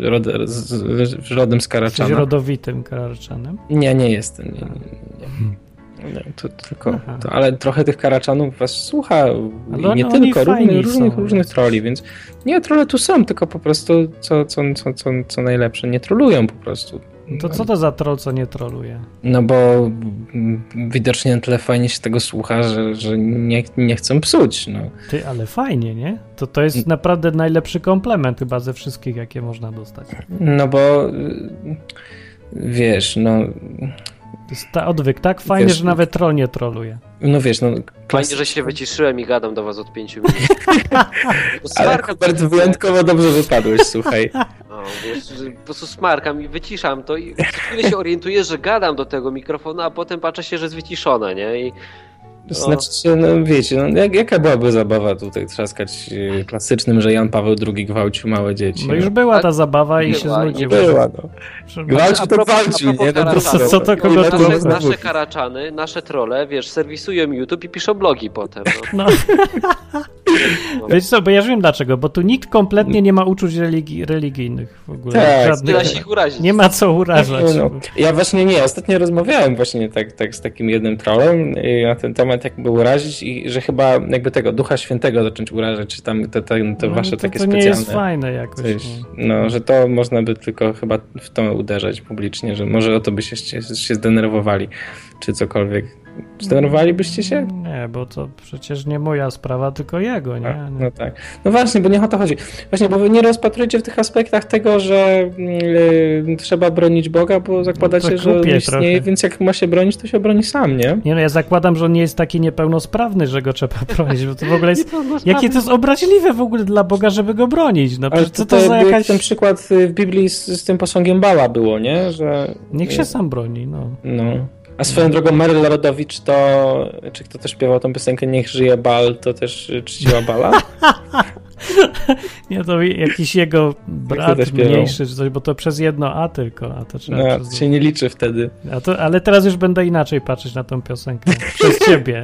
D: rodem z Karaczana.
B: Jesteś rodowitym Karaczanem?
D: Nie jestem. Nie. To tylko, ale trochę tych Karaczanów was słucha i nie tylko, różnych trolli, więc nie, trolle tu są, tylko po prostu co najlepsze, nie trolują po prostu.
B: To co to za troll, co nie troluje?
D: No bo widocznie na tyle fajnie się tego słucha, że nie chcą psuć. No.
B: Ty, ale fajnie, nie? To jest naprawdę najlepszy komplement chyba ze wszystkich, jakie można dostać.
D: No bo wiesz, no...
B: To jest odwyk tak fajnie, wiesz, że nawet troll nie troluje.
D: No wiesz, no...
A: Fajnie, że się wyciszyłem i gadam do was od 5 minut.
D: Ale Hubert, wyjątkowo dobrze wypadłeś, słuchaj.
A: No, wiesz, po prostu smarkam i wyciszam to i co chwilę się orientuję, że gadam do tego mikrofonu, a potem patrzę się, że jest wyciszone, nie? I...
D: Znaczy, no wiecie, no, jaka byłaby zabawa tutaj trzaskać klasycznym, że Jan Paweł II gwałcił małe dzieci?
B: No już była ta zabawa i się znudziła.
D: Była, no. Gwałcił to gwałcił, nie?
B: Co to kogo
A: nasze Karaczany, nasze trolle, wiesz, serwisują YouTube i piszą blogi potem. No.
B: Wiesz co, bo ja już wiem dlaczego, bo tu nikt kompletnie nie ma uczuć religijnych w ogóle.
D: Tak,
A: nie da się ich urazić.
B: Nie ma co urażać.
D: No. Ja właśnie nie, ostatnio rozmawiałem właśnie tak z takim jednym trollem na ten temat, jakby urazić i że chyba jakby tego Ducha Świętego zacząć urażać, czy tam te wasze takie specjalne...
B: To nie jest fajne jakoś.
D: Coś, no, że to można by tylko chyba w to uderzać publicznie, że może o to by się zdenerwowali, czy cokolwiek. Zdenerwowalibyście się?
B: Nie, bo to przecież nie moja sprawa, tylko jego, nie?
D: No tak. No właśnie, bo nie o to chodzi. Właśnie, bo wy nie rozpatrujecie w tych aspektach tego, że trzeba bronić Boga, bo zakładacie, że on istnieje, trochę. Więc jak ma się bronić, to się broni sam, nie?
B: Nie, no ja zakładam, że on nie jest taki niepełnosprawny, że go trzeba bronić, bo to w ogóle jest... Jakie to jest obraźliwe w ogóle dla Boga, żeby go bronić? No przecież co to za jakaś...
D: Ten przykład w Biblii z tym posągiem Bala było, nie? Że...
B: Niech się sam broni, no.
D: A swoją drogą Meryl Rodowicz czy kto też śpiewał tą piosenkę Niech żyje Bal, to też czciła Bala?
B: Nie, to jakiś jego brat mniejszy czy coś, bo to przez jedno A tylko. A to trzeba
D: to się nie liczy wtedy.
B: Ale teraz już będę inaczej patrzeć na tą piosenkę. Przez ciebie.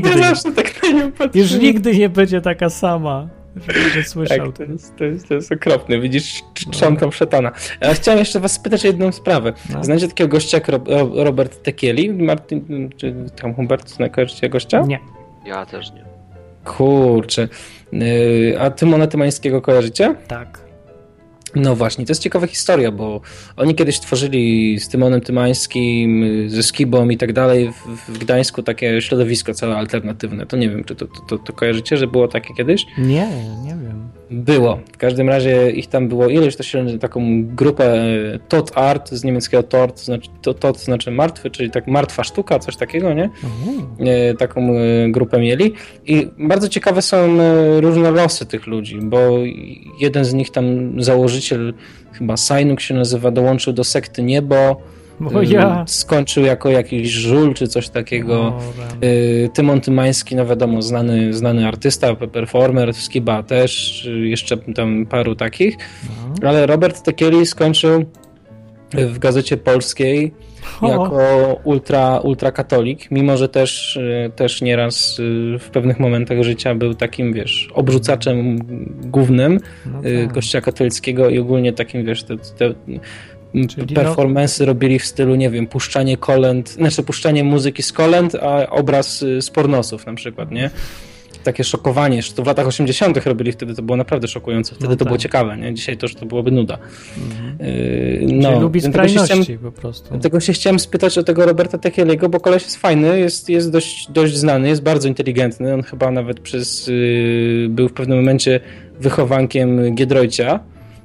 B: Już nigdy nie będzie taka sama. Że słyszał.
D: Tak, to jest okropne. Widzisz, trząkam szatana. Ja chciałem jeszcze was spytać o jedną sprawę. Znacie takiego gościa jak Robert Tekieli? Martin, czy tam Hubert, kojarzycie gościa?
B: Nie.
A: Ja też nie.
D: Kurczę. A Tymona Tymańskiego kojarzycie?
B: Tak.
D: No właśnie, to jest ciekawa historia, bo oni kiedyś tworzyli z Tymonem Tymańskim, ze Skibą i tak dalej w Gdańsku takie środowisko całe alternatywne. To nie wiem, czy to kojarzycie, że było takie kiedyś?
B: Nie wiem.
D: Było. W każdym razie ich tam było ileś, to się taką grupę Tot Art, z niemieckiego Tort, to znaczy martwy, czyli tak martwa sztuka, coś takiego, nie? Taką grupę mieli i bardzo ciekawe są różne losy tych ludzi, bo jeden z nich tam założyciel, chyba Sajnuk się nazywa, dołączył do sekty Niebo, skończył jako jakiś żul czy coś takiego. Tymon Tymański, no wiadomo, znany artysta, performer, Skiba też, jeszcze tam paru takich, ale Robert Tekieli skończył w Gazecie Polskiej jako ultrakatolik, mimo że też nieraz w pewnych momentach życia był takim, wiesz, obrzucaczem głównym Kościoła katolickiego i ogólnie takim, wiesz, performance'y robili w stylu, nie wiem, puszczanie muzyki z kolęd, a obraz z pornosów na przykład, nie? Takie szokowanie, to w latach 80. robili wtedy, to było naprawdę szokujące, wtedy to było ciekawe, nie? Dzisiaj to już to byłoby nuda.
B: Czyli lubi skrajności po prostu.
D: Dlatego się chciałem spytać o tego Roberta Tekieliego, bo koleś jest fajny, jest dość znany, jest bardzo inteligentny, on chyba nawet był w pewnym momencie wychowankiem Giedroycia.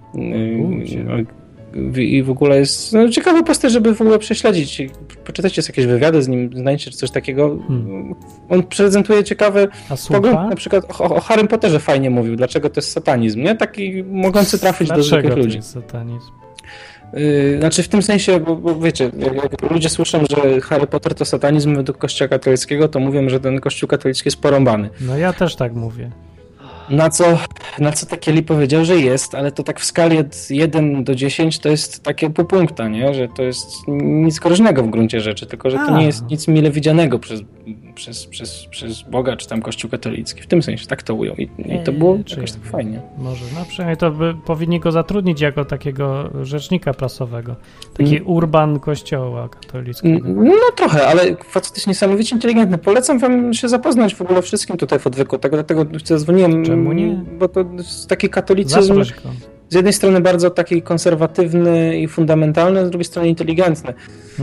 D: I w ogóle jest ciekawa postać, żeby w ogóle prześledzić. Poczytajcie jakieś wywiady z nim, znajdziecie coś takiego. On prezentuje ciekawy pogląd, na przykład o Harrym Potterze fajnie mówił, dlaczego to jest satanizm, nie? Taki mogący trafić do zwykłych ludzi.
B: Dlaczego to jest satanizm?
D: Znaczy w tym sensie, bo wiecie, jak ludzie słyszą, że Harry Potter to satanizm według Kościoła katolickiego, to mówią, że ten Kościół katolicki jest porąbany.
B: No ja też tak mówię.
D: Na co Tekieli powiedział, że jest, ale to tak w skali od 1 do 10 to jest takie pół punkta, nie? Że to jest nic groźnego w gruncie rzeczy, tylko że to nie jest nic mile widzianego przez Boga czy tam Kościół katolicki. W tym sensie tak to ujął i to było jakoś tak fajnie.
B: Może, no przynajmniej to powinni go zatrudnić jako takiego rzecznika prasowego. Taki urban Kościoła katolickiego.
D: No trochę, ale facet jest niesamowicie inteligentny. Polecam wam się zapoznać w ogóle wszystkim tutaj w Odwyku. Dlatego zadzwoniłem.
B: Czemu nie?
D: Bo to jest taki katolicyzm z jednej strony bardzo taki konserwatywny i fundamentalny, a z drugiej strony inteligentny.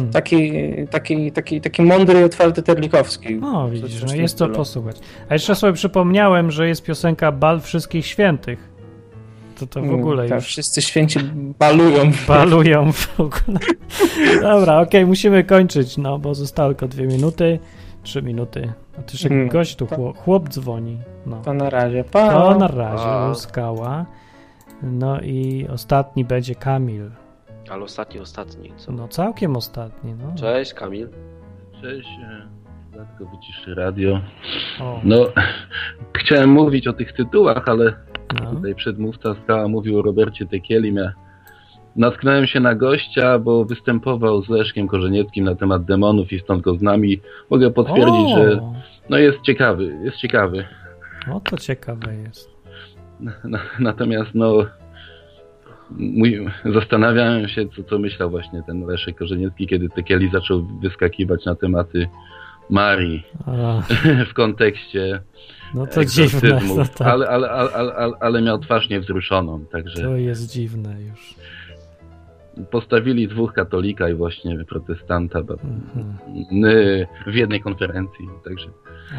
D: Taki mądry i otwarty Terlikowski.
B: No widzisz, no jest to posłuchać. A jeszcze sobie przypomniałem, że jest piosenka Bal Wszystkich Świętych. To w ogóle już...
D: Wszyscy święci balują.
B: Balują w ogóle. Dobra, okej, musimy kończyć, no bo zostały tylko 2 minuty, 3 minuty. A ty jeszcze gość tu, chłop dzwoni. No.
D: To na razie, pa.
B: To na razie, Skała. No i ostatni będzie Kamil.
A: Ale ostatni, co?
B: No całkiem ostatni, no.
A: Cześć, Kamil.
G: Cześć, Zatko wyciszy radio.
B: O.
G: No, chciałem mówić o tych tytułach, ale tutaj przedmówca Skała mówił o Robercie Tekielim. Ja natknąłem się na gościa, bo występował z Leszkiem Korzenieckim na temat demonów i stąd go znam i mogę potwierdzić, że no jest ciekawy.
B: No to ciekawe jest.
G: Natomiast zastanawiałem się, co myślał właśnie ten Leszek Korzeniecki, kiedy Tekieli zaczął wyskakiwać na tematy Marii w kontekście
B: no to dziwne, no tak.
G: ale miał twarz niewzruszoną, także
B: to jest dziwne już.
G: Postawili 2 katolika i właśnie protestanta w jednej konferencji, także.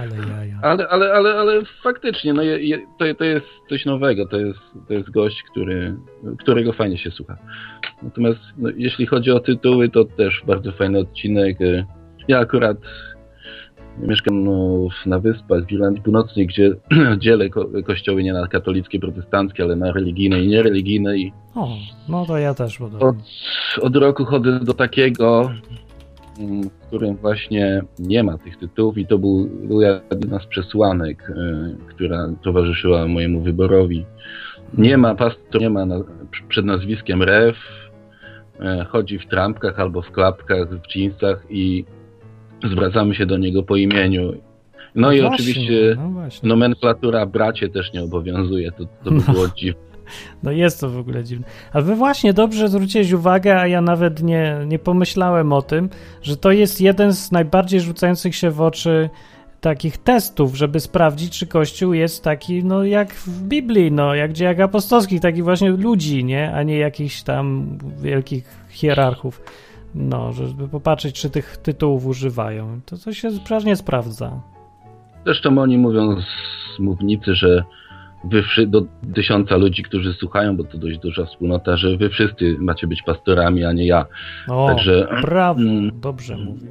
G: Ale faktycznie, no to jest coś nowego, to jest gość, którego fajnie się słucha. Natomiast jeśli chodzi o tytuły, to też bardzo fajny odcinek. Ja akurat mieszkam na wyspach w Irlandii Północnej, gdzie dzielę kościoły nie na katolickie, protestanckie, ale na religijne i niereligijne.
B: No to ja też podobnie.
G: Od roku chodzę do takiego, w którym właśnie nie ma tych tytułów i to była jedna z przesłanek, która towarzyszyła mojemu wyborowi. Pastor nie ma przed nazwiskiem Rew, chodzi w trampkach albo w klapkach, w dżinsach i zwracamy się do niego po imieniu. No i właśnie, oczywiście nomenklatura bracie też nie obowiązuje, to by było dziwne.
B: No jest to w ogóle dziwne. A wy właśnie dobrze zwróciłeś uwagę, a ja nawet nie pomyślałem o tym, że to jest jeden z najbardziej rzucających się w oczy takich testów, żeby sprawdzić, czy Kościół jest taki, no jak w Biblii, no jak dziejach apostolskich, takich właśnie ludzi, nie? A nie jakichś tam wielkich hierarchów. No, żeby popatrzeć, czy tych tytułów używają. To się przeważnie sprawdza.
G: Zresztą oni mówią z mównicy, że wy do 1000 ludzi, którzy słuchają, bo to dość duża wspólnota, że wy wszyscy macie być pastorami, a nie ja.
B: Także brawo, dobrze mówi.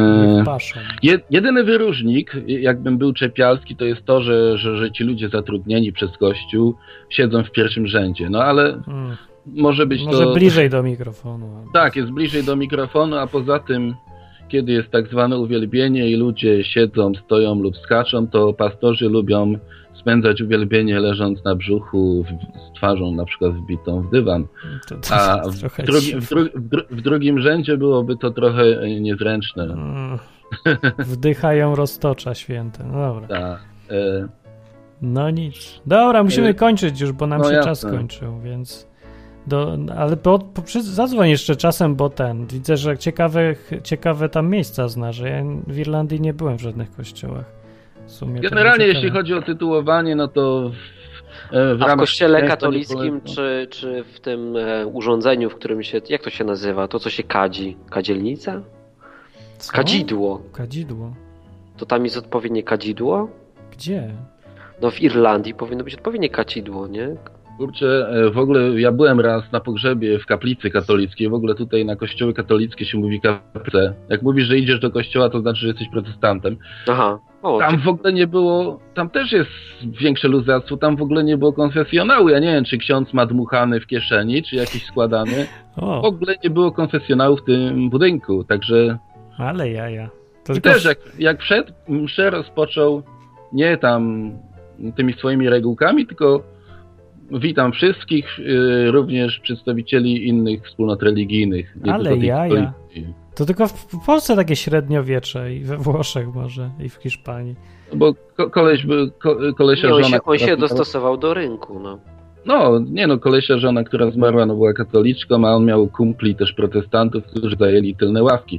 G: Jedyny wyróżnik, jakbym był Czepialski, to jest to, że ci ludzie zatrudnieni przez Kościół siedzą w pierwszym rzędzie. No ale może
B: bliżej do mikrofonu.
G: Tak, jest bliżej do mikrofonu, a poza tym, kiedy jest tak zwane uwielbienie i ludzie siedzą, stoją lub skaczą, to pastorzy lubią spędzać uwielbienie leżąc na brzuchu z twarzą na przykład wbitą w dywan. A w drugim rzędzie byłoby to trochę niezręczne.
B: Wdychają roztocza święte. No dobra.
G: Tak.
B: No nic. Dobra, musimy kończyć już, bo nam się czas skończył, więc... ale zadzwoń jeszcze czasem, bo widzę, że ciekawe tam miejsca znasz, że ja w Irlandii nie byłem w żadnych kościołach. W sumie
G: generalnie jeśli chodzi o tytułowanie, no to
A: w kościele katolickim, czy w tym urządzeniu, w którym się, jak to się nazywa, to co się kadzi? Kadzielnica?
B: Co?
G: Kadzidło.
A: To tam jest odpowiednie kadzidło?
B: Gdzie?
A: No w Irlandii powinno być odpowiednie kadzidło, nie?
G: Kurczę, w ogóle ja byłem raz na pogrzebie w kaplicy katolickiej, w ogóle tutaj na kościoły katolickie się mówi kaplice. Jak mówisz, że idziesz do kościoła, to znaczy, że jesteś protestantem.
A: Aha.
G: Tam w ogóle nie było, tam też jest większe luzactwo, tam w ogóle nie było konfesjonału. Ja nie wiem, czy ksiądz ma dmuchany w kieszeni, czy jakiś składany. W ogóle nie było konfesjonału w tym budynku, także...
B: Ale jaja.
G: I też jak wszedł, mszę rozpoczął nie tam tymi swoimi regułkami, tylko witam wszystkich, również przedstawicieli innych wspólnot religijnych. Nie
B: ale
G: tylko
B: jaja. To tylko w Polsce takie średniowiecze i we Włoszech może i w Hiszpanii.
G: Bo kolesia żona...
A: On się dostosował do rynku, no.
G: Kolesia żona, która zmarła, była katoliczką, a on miał kumpli też protestantów, którzy zajęli tylne ławki.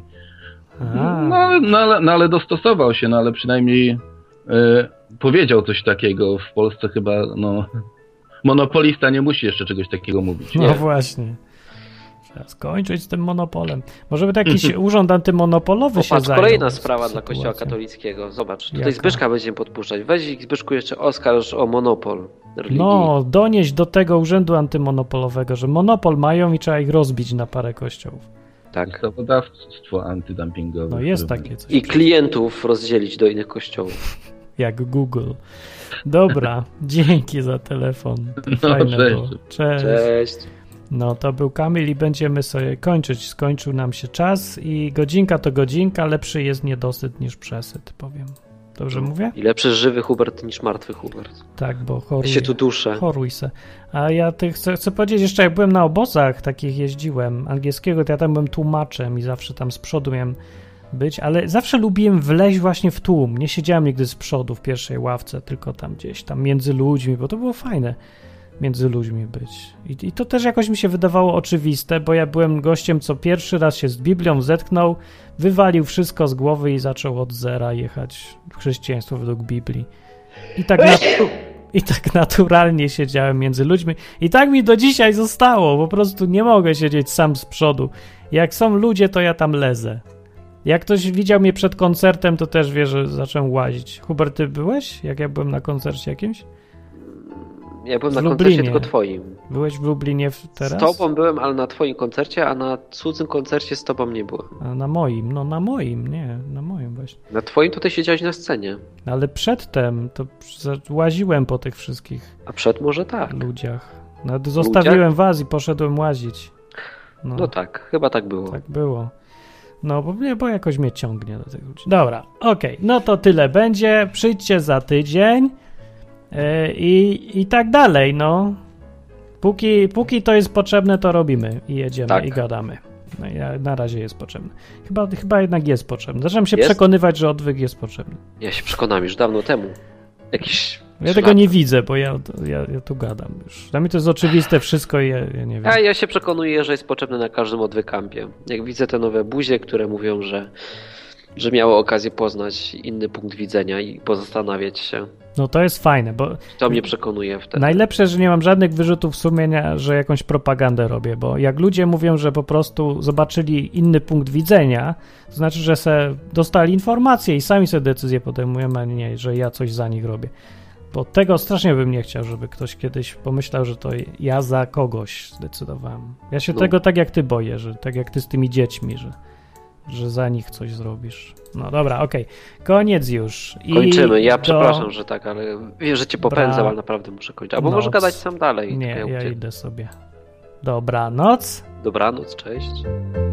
G: Ale dostosował się, ale przynajmniej powiedział coś takiego. W Polsce chyba, monopolista nie musi jeszcze czegoś takiego mówić.
B: No właśnie. Trzeba skończyć z tym monopolem. Może by to jakiś urząd antymonopolowy się zajął.
A: Kolejna sprawa dla Kościoła katolickiego. Zobacz, tutaj Zbyszka będziemy podpuszczać. Weź Zbyszku jeszcze oskarż o monopol religii.
B: Donieść do tego urzędu antymonopolowego, że monopol mają i trzeba ich rozbić na parę kościołów.
A: Tak.
G: Ustawodawstwo antydumpingowe.
B: Jest takie coś.
A: I klientów rozdzielić do innych kościołów.
B: Jak Google. Dobra, dzięki za telefon. Fajne było. Cześć. No to był Kamil i będziemy sobie kończyć. Skończył nam się czas i godzinka to godzinka, lepszy jest niedosyt niż przesyt, powiem. Dobrze mówię?
A: I lepszy żywy Hubert niż martwy Hubert.
B: Tak, bo choruj.
A: Ja się tu duszę.
B: Choruj se. A ja chcę powiedzieć jeszcze, jak byłem na obozach takich jeździłem, angielskiego, to ja tam byłem tłumaczem i zawsze tam z przodu miałem być, ale zawsze lubiłem wleźć właśnie w tłum. Nie siedziałem nigdy z przodu w pierwszej ławce, tylko tam gdzieś tam między ludźmi, bo to było fajne między ludźmi być. I to też jakoś mi się wydawało oczywiste, bo ja byłem gościem, co pierwszy raz się z Biblią zetknął, wywalił wszystko z głowy i zaczął od zera jechać w chrześcijaństwo według Biblii. I tak naturalnie siedziałem między ludźmi. I tak mi do dzisiaj zostało. Po prostu nie mogę siedzieć sam z przodu. Jak są ludzie, to ja tam lezę. Jak ktoś widział mnie przed koncertem, to też wie, że zacząłem łazić. Hubert, ty byłeś? Jak ja byłem na koncercie jakimś?
A: Ja byłem na koncercie tylko twoim.
B: Byłeś w Lublinie teraz?
A: Z tobą byłem, ale na twoim koncercie, a na cudzym koncercie z tobą nie byłem.
B: A na moim? No na moim, nie. Na moim właśnie.
A: Na twoim to ty siedziałeś na scenie.
B: Ale przedtem to łaziłem po tych wszystkich
A: A przed może tak.
B: ludziach. Zostawiłem was i poszedłem łazić.
A: No tak, chyba tak było.
B: Tak było. No, bo jakoś mnie ciągnie do tych ludzi. Dobra, okej. No to tyle będzie. Przyjdźcie za tydzień i tak dalej, no. Póki to jest potrzebne, to robimy i jedziemy i gadamy. No, na razie jest potrzebne. Chyba jednak jest potrzebne. Zaczynam się przekonywać, że odwyk jest potrzebny.
A: Ja się przekonam już dawno temu.
B: Ja tego nie widzę, bo ja tu gadam już. Dla mnie to jest oczywiste wszystko i ja nie wiem.
A: Ja się przekonuję, że jest potrzebne na każdym odwykampie. Jak widzę te nowe buzie, które mówią, że miały okazję poznać inny punkt widzenia i pozastanawiać się.
B: No to jest fajne, bo...
A: To mnie przekonuje wtedy.
B: Najlepsze, że nie mam żadnych wyrzutów sumienia, że jakąś propagandę robię, bo jak ludzie mówią, że po prostu zobaczyli inny punkt widzenia, to znaczy, że se dostali informacje i sami sobie decyzje podejmują, a nie, że ja coś za nich robię. Bo tego strasznie bym nie chciał, żeby ktoś kiedyś pomyślał, że to ja za kogoś zdecydowałem. Ja się tego tak jak ty boję, że tak jak ty z tymi dziećmi, że za nich coś zrobisz. No dobra, okej. Koniec już.
A: Kończymy. Ja przepraszam, że tak, ale wiesz, że cię popędzam, ale naprawdę muszę kończyć. Albo może gadać sam dalej.
B: Nie, ja idę sobie. Dobranoc.
A: Dobranoc, cześć.